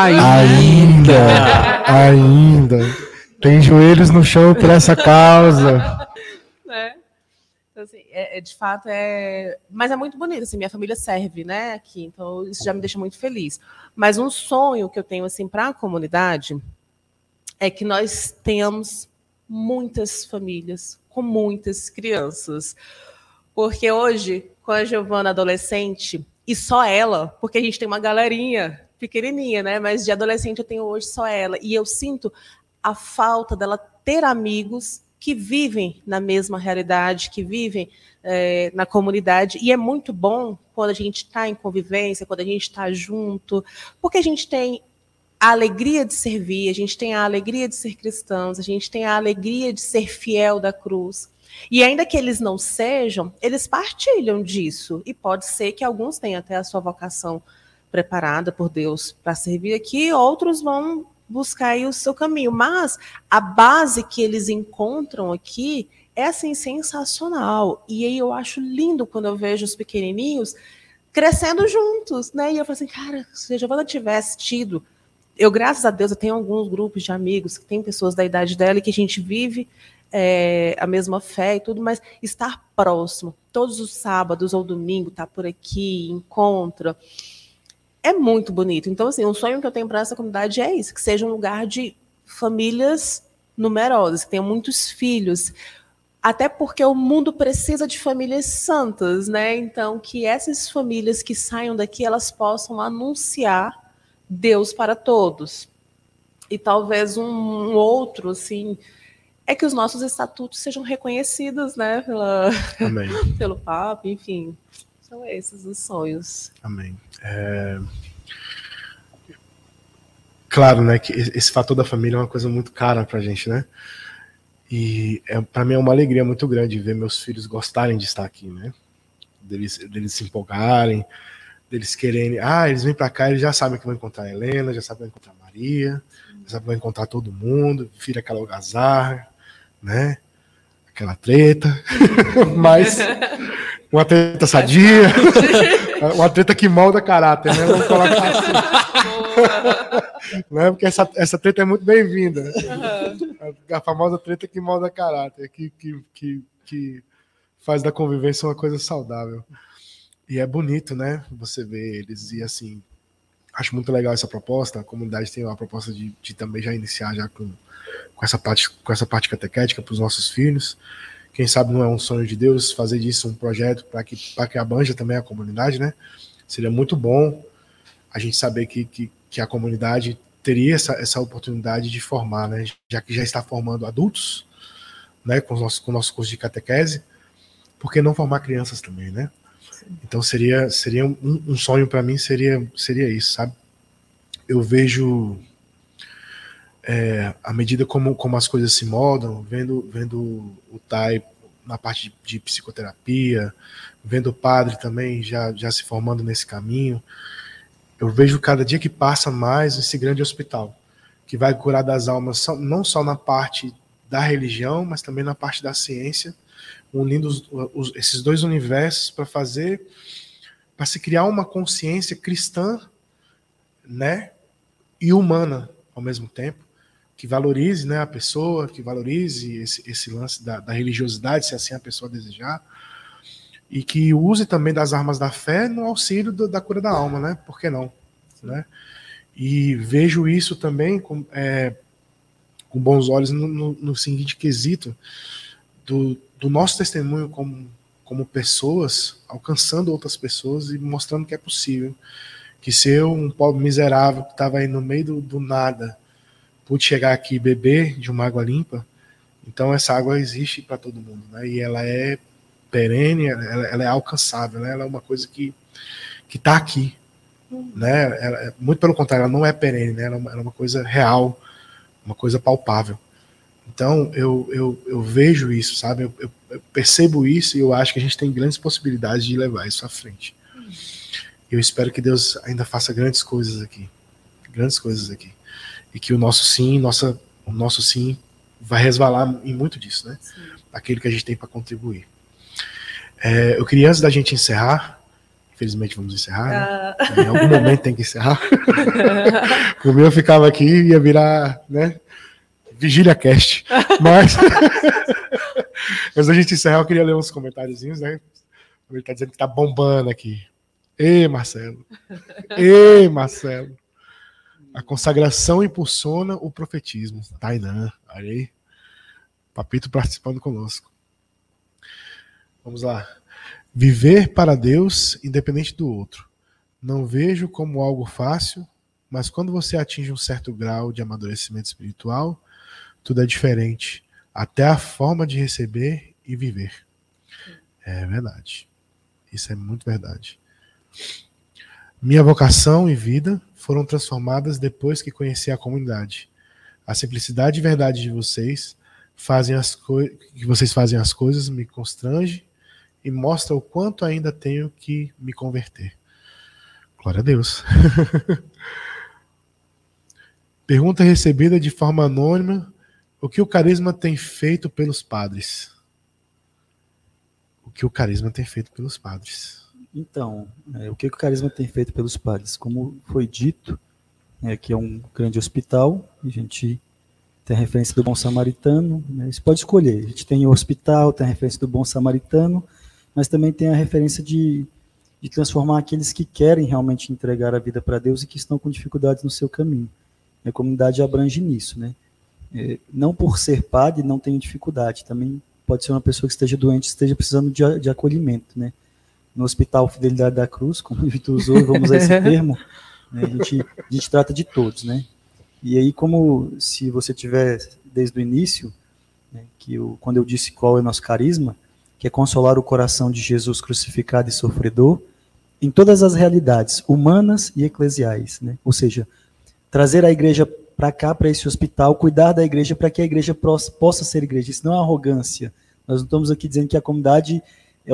Ainda. Tem joelhos no chão por essa causa. Né? Então, assim, de fato, mas é muito bonito, assim, minha família serve, né, aqui, então isso já me deixa muito feliz. Mas um sonho que eu tenho, assim, para a comunidade é que nós tenhamos muitas famílias com muitas crianças. Porque hoje, com a Giovana adolescente, e só ela, porque a gente tem uma galerinha pequenininha, né, mas de adolescente eu tenho hoje só ela, e eu sinto a falta dela ter amigos que vivem na mesma realidade, que vivem na comunidade, e é muito bom quando a gente está em convivência, quando a gente está junto, porque a gente tem a alegria de servir, a gente tem a alegria de ser cristãos, a gente tem a alegria de ser fiel da cruz, e ainda que eles não sejam, eles partilham disso, e pode ser que alguns tenham até a sua vocação preparada por Deus para servir aqui, outros vão buscar aí o seu caminho, mas a base que eles encontram aqui é assim sensacional, e aí eu acho lindo quando eu vejo os pequenininhos crescendo juntos, né? E eu falo assim, cara, se a Giovana tivesse tido, eu graças a Deus eu tenho alguns grupos de amigos que tem pessoas da idade dela e que a gente vive a mesma fé e tudo, mas estar próximo, todos os sábados ou domingo, tá por aqui, encontra. É muito bonito. Então, assim, um sonho que eu tenho para essa comunidade é isso, que seja um lugar de famílias numerosas, que tenham muitos filhos, até porque o mundo precisa de famílias santas, né? Então, que essas famílias que saiam daqui, elas possam anunciar Deus para todos. E talvez um outro, assim, é que os nossos estatutos sejam reconhecidos, né? Pelo Papa, enfim. São esses os sonhos. Amém. Claro, né, que esse fator da família é uma coisa muito cara pra gente, né? E para mim é uma alegria muito grande ver meus filhos gostarem de estar aqui, né? Deles se empolgarem, deles quererem... eles vêm pra cá, eles já sabem que vão encontrar a Helena, já sabem que vão encontrar a Maria, já sabem que vão encontrar todo mundo, filha aquela algazarra, né? Aquela treta, mas uma treta sadia, uma treta que molda caráter, né? Vamos colocar assim. Né? Porque essa treta é muito bem-vinda. A famosa treta que molda caráter, que faz da convivência uma coisa saudável. E é bonito, né? Você vê eles, e assim, acho muito legal essa proposta. A comunidade tem uma proposta de também já iniciar já com essa parte catequética para os nossos filhos. Quem sabe não é um sonho de Deus fazer disso um projeto para que abanja também a comunidade, né? Seria muito bom a gente saber que a comunidade teria essa oportunidade de formar, né? Já que já está formando adultos, né? Com o nosso curso de catequese, por que não formar crianças também, né? Então seria um sonho para mim, seria isso, sabe? Eu vejo à medida como as coisas se moldam, vendo o Tai na parte de psicoterapia, vendo o padre também já se formando nesse caminho, eu vejo cada dia que passa mais esse grande hospital, que vai curar das almas, não só na parte da religião, mas também na parte da ciência, unindo esses dois universos para se criar uma consciência cristã né? E humana ao mesmo tempo, que valorize, né, a pessoa, que valorize esse lance da religiosidade, se assim a pessoa desejar, e que use também das armas da fé no auxílio da cura da alma, né? Por que não? Né? E vejo isso também com bons olhos no seguinte quesito do nosso testemunho como pessoas, alcançando outras pessoas e mostrando que é possível. Que se eu, um pobre miserável que estava aí no meio do nada, pude chegar aqui e beber de uma água limpa, então essa água existe para todo mundo, né? E ela é perene, ela é alcançável, né? Ela é uma coisa que está aqui, né? Muito pelo contrário, ela não é perene, né? Ela é uma coisa real, uma coisa palpável. Então eu vejo isso, sabe? Eu percebo isso e eu acho que a gente tem grandes possibilidades de levar isso à frente. Eu espero que Deus ainda faça grandes coisas aqui, e que o nosso sim vai resvalar em muito disso, né? Sim. Aquilo que a gente tem para contribuir. Eu queria, antes da gente encerrar, infelizmente vamos encerrar, né? Em algum momento tem que encerrar. O meu ficava aqui e ia virar, né, Vigília Cast. Mas antes da gente encerrar, eu queria ler uns comentáriozinhos, né? Ele tá dizendo que tá bombando aqui. Ei, Marcelo. A consagração impulsiona o profetismo. Tainã, olha aí. Papito participando conosco. Vamos lá. Viver para Deus independente do outro. Não vejo como algo fácil, mas quando você atinge um certo grau de amadurecimento espiritual, tudo é diferente. Até a forma de receber e viver. É verdade. Isso é muito verdade. Minha vocação e vida foram transformadas depois que conheci a comunidade. A simplicidade e verdade de vocês que vocês fazem as coisas me constrange e mostra o quanto ainda tenho que me converter. Glória a Deus. Pergunta recebida de forma anônima: o que o carisma tem feito pelos padres? O que o carisma tem feito pelos padres? Então, o que o carisma tem feito pelos padres? Como foi dito, que é um grande hospital, a gente tem a referência do bom samaritano, né? Você pode escolher, a gente tem o hospital, tem a referência do bom samaritano, mas também tem a referência de transformar aqueles que querem realmente entregar a vida para Deus e que estão com dificuldades no seu caminho. A comunidade abrange nisso, né? Não por ser padre, não tem dificuldade, também pode ser uma pessoa que esteja doente, esteja precisando de acolhimento, né? No Hospital Fidelidade da Cruz, como o Vitor usou, vamos a esse termo, né, a gente trata de todos, né? E aí, como se você tiver desde o início, né, quando eu disse qual é o nosso carisma, que é consolar o coração de Jesus crucificado e sofredor, em todas as realidades humanas e eclesiais, né? Ou seja, trazer a igreja para cá, para esse hospital, cuidar da igreja para que a igreja possa ser igreja. Isso não é arrogância. Nós não estamos aqui dizendo que a comunidade é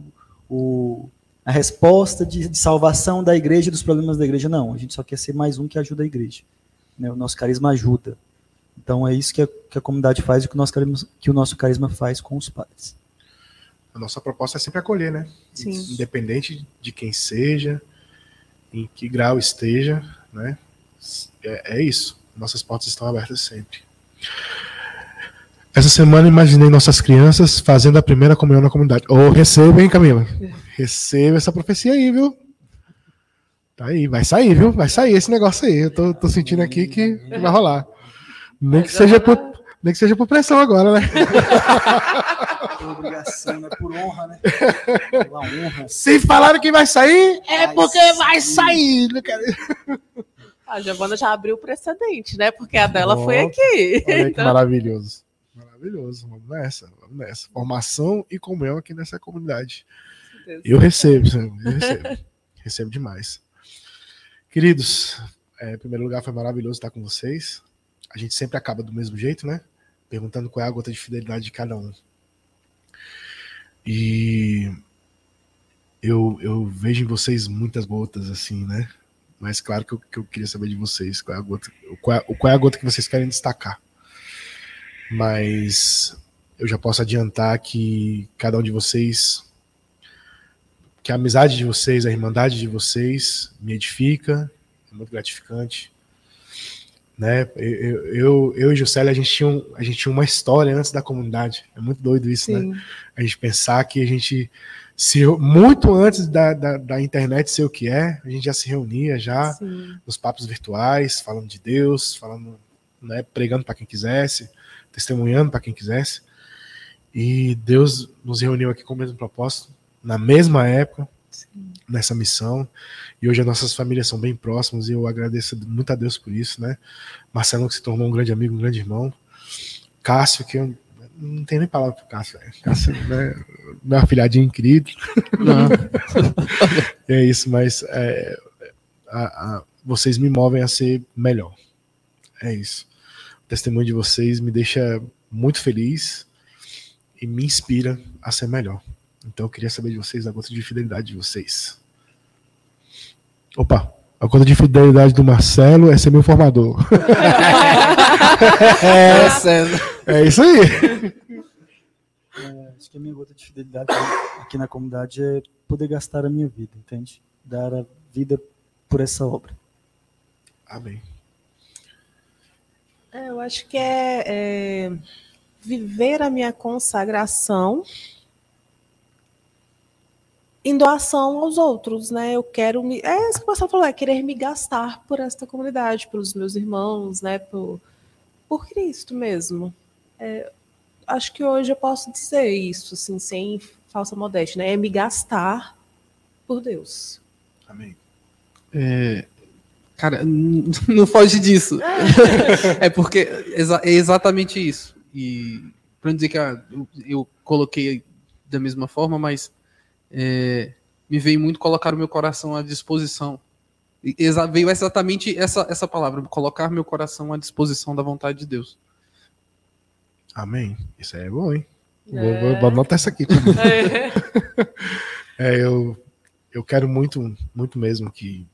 a resposta de salvação da igreja e dos problemas da igreja. Não, a gente só quer ser mais um que ajuda a igreja, né? O nosso carisma ajuda. Então é isso que a comunidade faz e que o nosso carisma faz com os padres. A nossa proposta é sempre acolher, né? Sim. Independente de quem seja, em que grau esteja, né? É isso. Nossas portas estão abertas sempre. Essa semana imaginei nossas crianças fazendo a primeira comunhão na comunidade. Receba, hein, Camila? Receba essa profecia aí, viu? Tá aí, vai sair, viu? Vai sair esse negócio aí. Eu tô sentindo aqui que vai rolar. Nem que seja por pressão agora, né? Por obrigação, não é por honra, né? Pela honra. Se falaram que vai sair, é porque vai sair. A Giovana já abriu o precedente, né? Porque a dela foi aqui. Olha que maravilhoso. Maravilhoso. Vamos nessa. Formação e comunhão aqui nessa comunidade. Eu recebo. Recebo demais. Queridos, em primeiro lugar, foi maravilhoso estar com vocês. A gente sempre acaba do mesmo jeito, né? Perguntando qual é a gota de fidelidade de cada um. E eu vejo em vocês muitas gotas, assim, né? Mas claro que eu queria saber de vocês qual é a gota que vocês querem destacar. Mas eu já posso adiantar que cada um de vocês, que a amizade de vocês, a irmandade de vocês me edifica, muito gratificante. Né? Eu e Juscelia, a gente tinha uma história antes da comunidade. É muito doido isso, Sim. né? A gente pensar que a gente, muito antes da internet ser o que é, a gente já se reunia já Sim. nos papos virtuais, falando de Deus, falando, né, pregando para quem quisesse, testemunhando para quem quisesse. E Deus nos reuniu aqui com o mesmo propósito, na mesma época, nessa missão. E hoje as nossas famílias são bem próximas e eu agradeço muito a Deus por isso, né? Marcelo, que se tornou um grande amigo, um grande irmão. Cássio, que eu não tenho nem palavra pro Cássio. Cássio, né? Meu afilhadinho querido. Não. É isso, mas vocês me movem a ser melhor. É isso. O testemunho de vocês me deixa muito feliz e me inspira a ser melhor. Então eu queria saber de vocês a conta de fidelidade de vocês. Opa, a conta de fidelidade do Marcelo é ser meu formador. É isso aí. Acho que a minha gota de fidelidade aqui na comunidade é poder gastar a minha vida, entende? Dar a vida por essa obra. Amém. Eu acho que é viver a minha consagração em doação aos outros, né? Eu quero é isso que você falou, é querer me gastar por esta comunidade, pelos meus irmãos, né? Por Cristo mesmo. Acho que hoje eu posso dizer isso, assim, sem falsa modéstia, né? É me gastar por Deus. Amém. Cara, não foge disso. É porque é exatamente isso. E para não dizer que eu coloquei da mesma forma, mas me veio muito colocar o meu coração à disposição. Veio exatamente essa palavra, colocar meu coração à disposição da vontade de Deus. Amém. Isso aí é bom, hein? Vou anotar isso aqui. Eu quero muito, muito mesmo que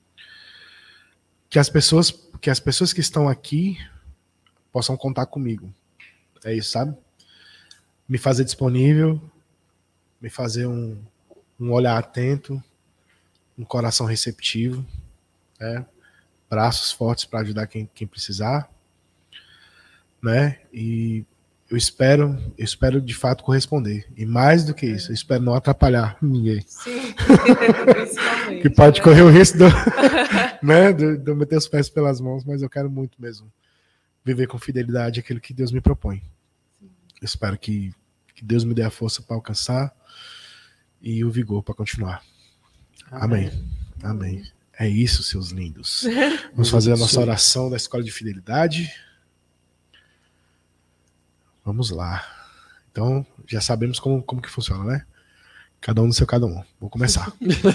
as pessoas que estão aqui possam contar comigo. É isso, sabe? Me fazer disponível, me fazer um olhar atento, um coração receptivo, né? Braços fortes para ajudar quem precisar, né? E eu espero de fato corresponder. E mais do que isso, eu espero não atrapalhar ninguém. Sim, principalmente. Que pode correr o risco de eu meter os pés pelas mãos, mas eu quero muito mesmo viver com fidelidade aquilo que Deus me propõe. Eu espero que Deus me dê a força para alcançar e o vigor para continuar. Amém. Amém. É isso, seus lindos. Vamos fazer a nossa oração da escola de fidelidade. Vamos lá. Então, já sabemos como que funciona, né? Cada um no seu cada um. Vou começar.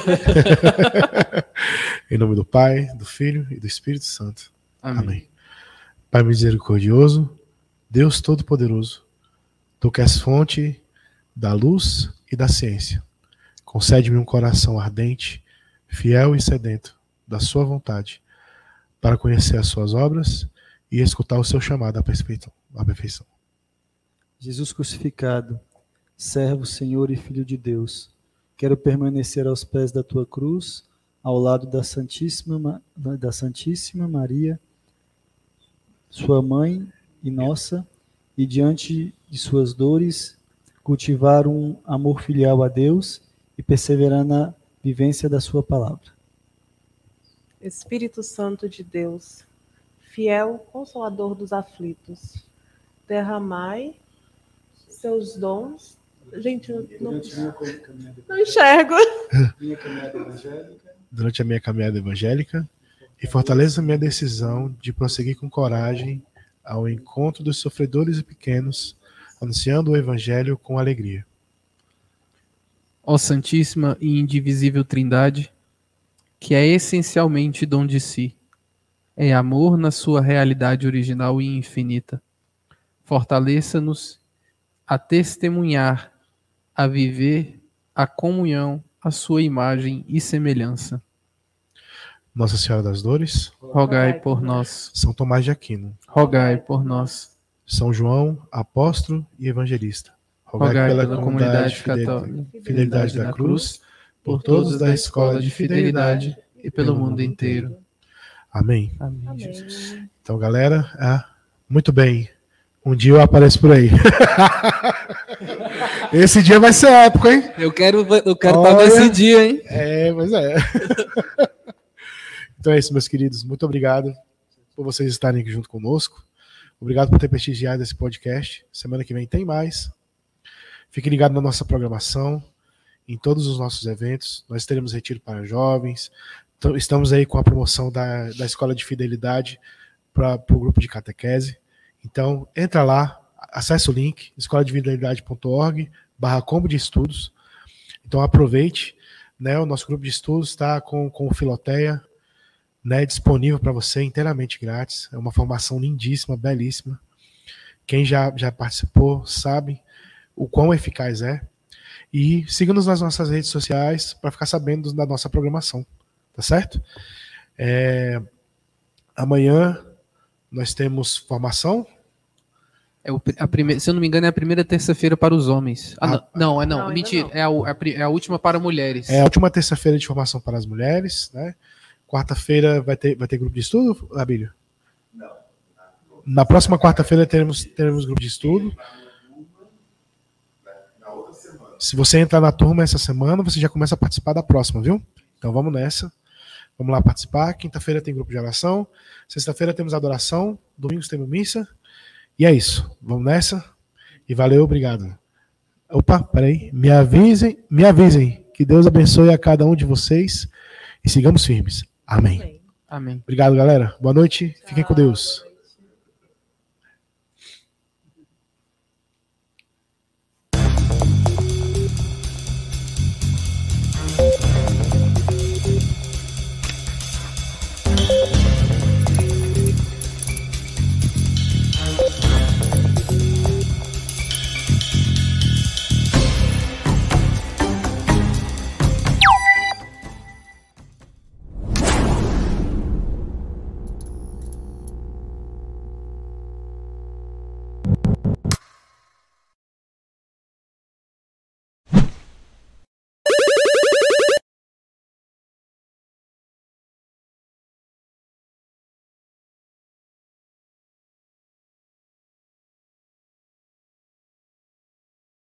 Em nome do Pai, do Filho e do Espírito Santo. Amém. Pai misericordioso, Deus Todo-Poderoso, Tu que és fonte da luz e da ciência, concede-me um coração ardente, fiel e sedento da sua vontade, para conhecer as suas obras e escutar o seu chamado à perfeição. Jesus crucificado, servo, Senhor e Filho de Deus, quero permanecer aos pés da tua cruz, ao lado da Santíssima Maria, sua mãe e nossa, e diante de suas dores, cultivar um amor filial a Deus e perseverar na vivência da sua palavra. Espírito Santo de Deus, fiel consolador dos aflitos, derramai seus dons. Gente, eu não enxergo. Durante a minha caminhada evangélica, e fortaleça minha decisão de prosseguir com coragem ao encontro dos sofredores e pequenos, anunciando o Evangelho com alegria. Ó Santíssima e Indivisível Trindade, que é essencialmente dom de si, é amor na sua realidade original e infinita. Fortaleça-nos a testemunhar, a viver a comunhão, a sua imagem e semelhança. Nossa Senhora das Dores, rogai por nós. São Tomás de Aquino, rogai por nós. São João, apóstolo e evangelista, rogai pela comunidade católica, Fidelidade da Cruz, por todos da Escola de Fidelidade e pelo mundo inteiro. Amém. Amém, Jesus. Então, galera, muito bem. Um dia eu apareço por aí. Esse dia vai ser épico, hein? Eu quero estar nesse dia, hein? Pois é. Então é isso, meus queridos. Muito obrigado por vocês estarem aqui junto conosco. Obrigado por ter prestigiado esse podcast. Semana que vem tem mais. Fique ligado na nossa programação, em todos os nossos eventos. Nós teremos retiro para jovens. Estamos aí com a promoção da Escola de Fidelidade para o grupo de catequese. Então, entra lá, acesse o link, escoladefidelidade.org/combo de estudos. Então, aproveite, né? O nosso grupo de estudos está com o Filoteia, né, disponível para você inteiramente grátis. É uma formação lindíssima, belíssima. Quem já participou sabe o quão eficaz é. E siga-nos nas nossas redes sociais para ficar sabendo da nossa programação. Tá certo? Amanhã nós temos formação. Se eu não me engano, é a primeira terça-feira para os homens. Não, mentira. Não. É a última para mulheres. É a última terça-feira de formação para as mulheres, né? Quarta-feira vai ter grupo de estudo, Abílio? Não. Na próxima quarta-feira teremos grupo de estudo. Na outra semana. Se você entrar na turma essa semana, você já começa a participar da próxima, viu? Então vamos nessa. Vamos lá participar. Quinta-feira tem grupo de oração. Sexta-feira temos adoração. Domingos temos missa. E é isso. Vamos nessa. E valeu, obrigado. Opa, peraí. Me avisem. Que Deus abençoe a cada um de vocês. E sigamos firmes. Amém. Amém. Obrigado, galera. Boa noite. Tchau. Fiquem com Deus.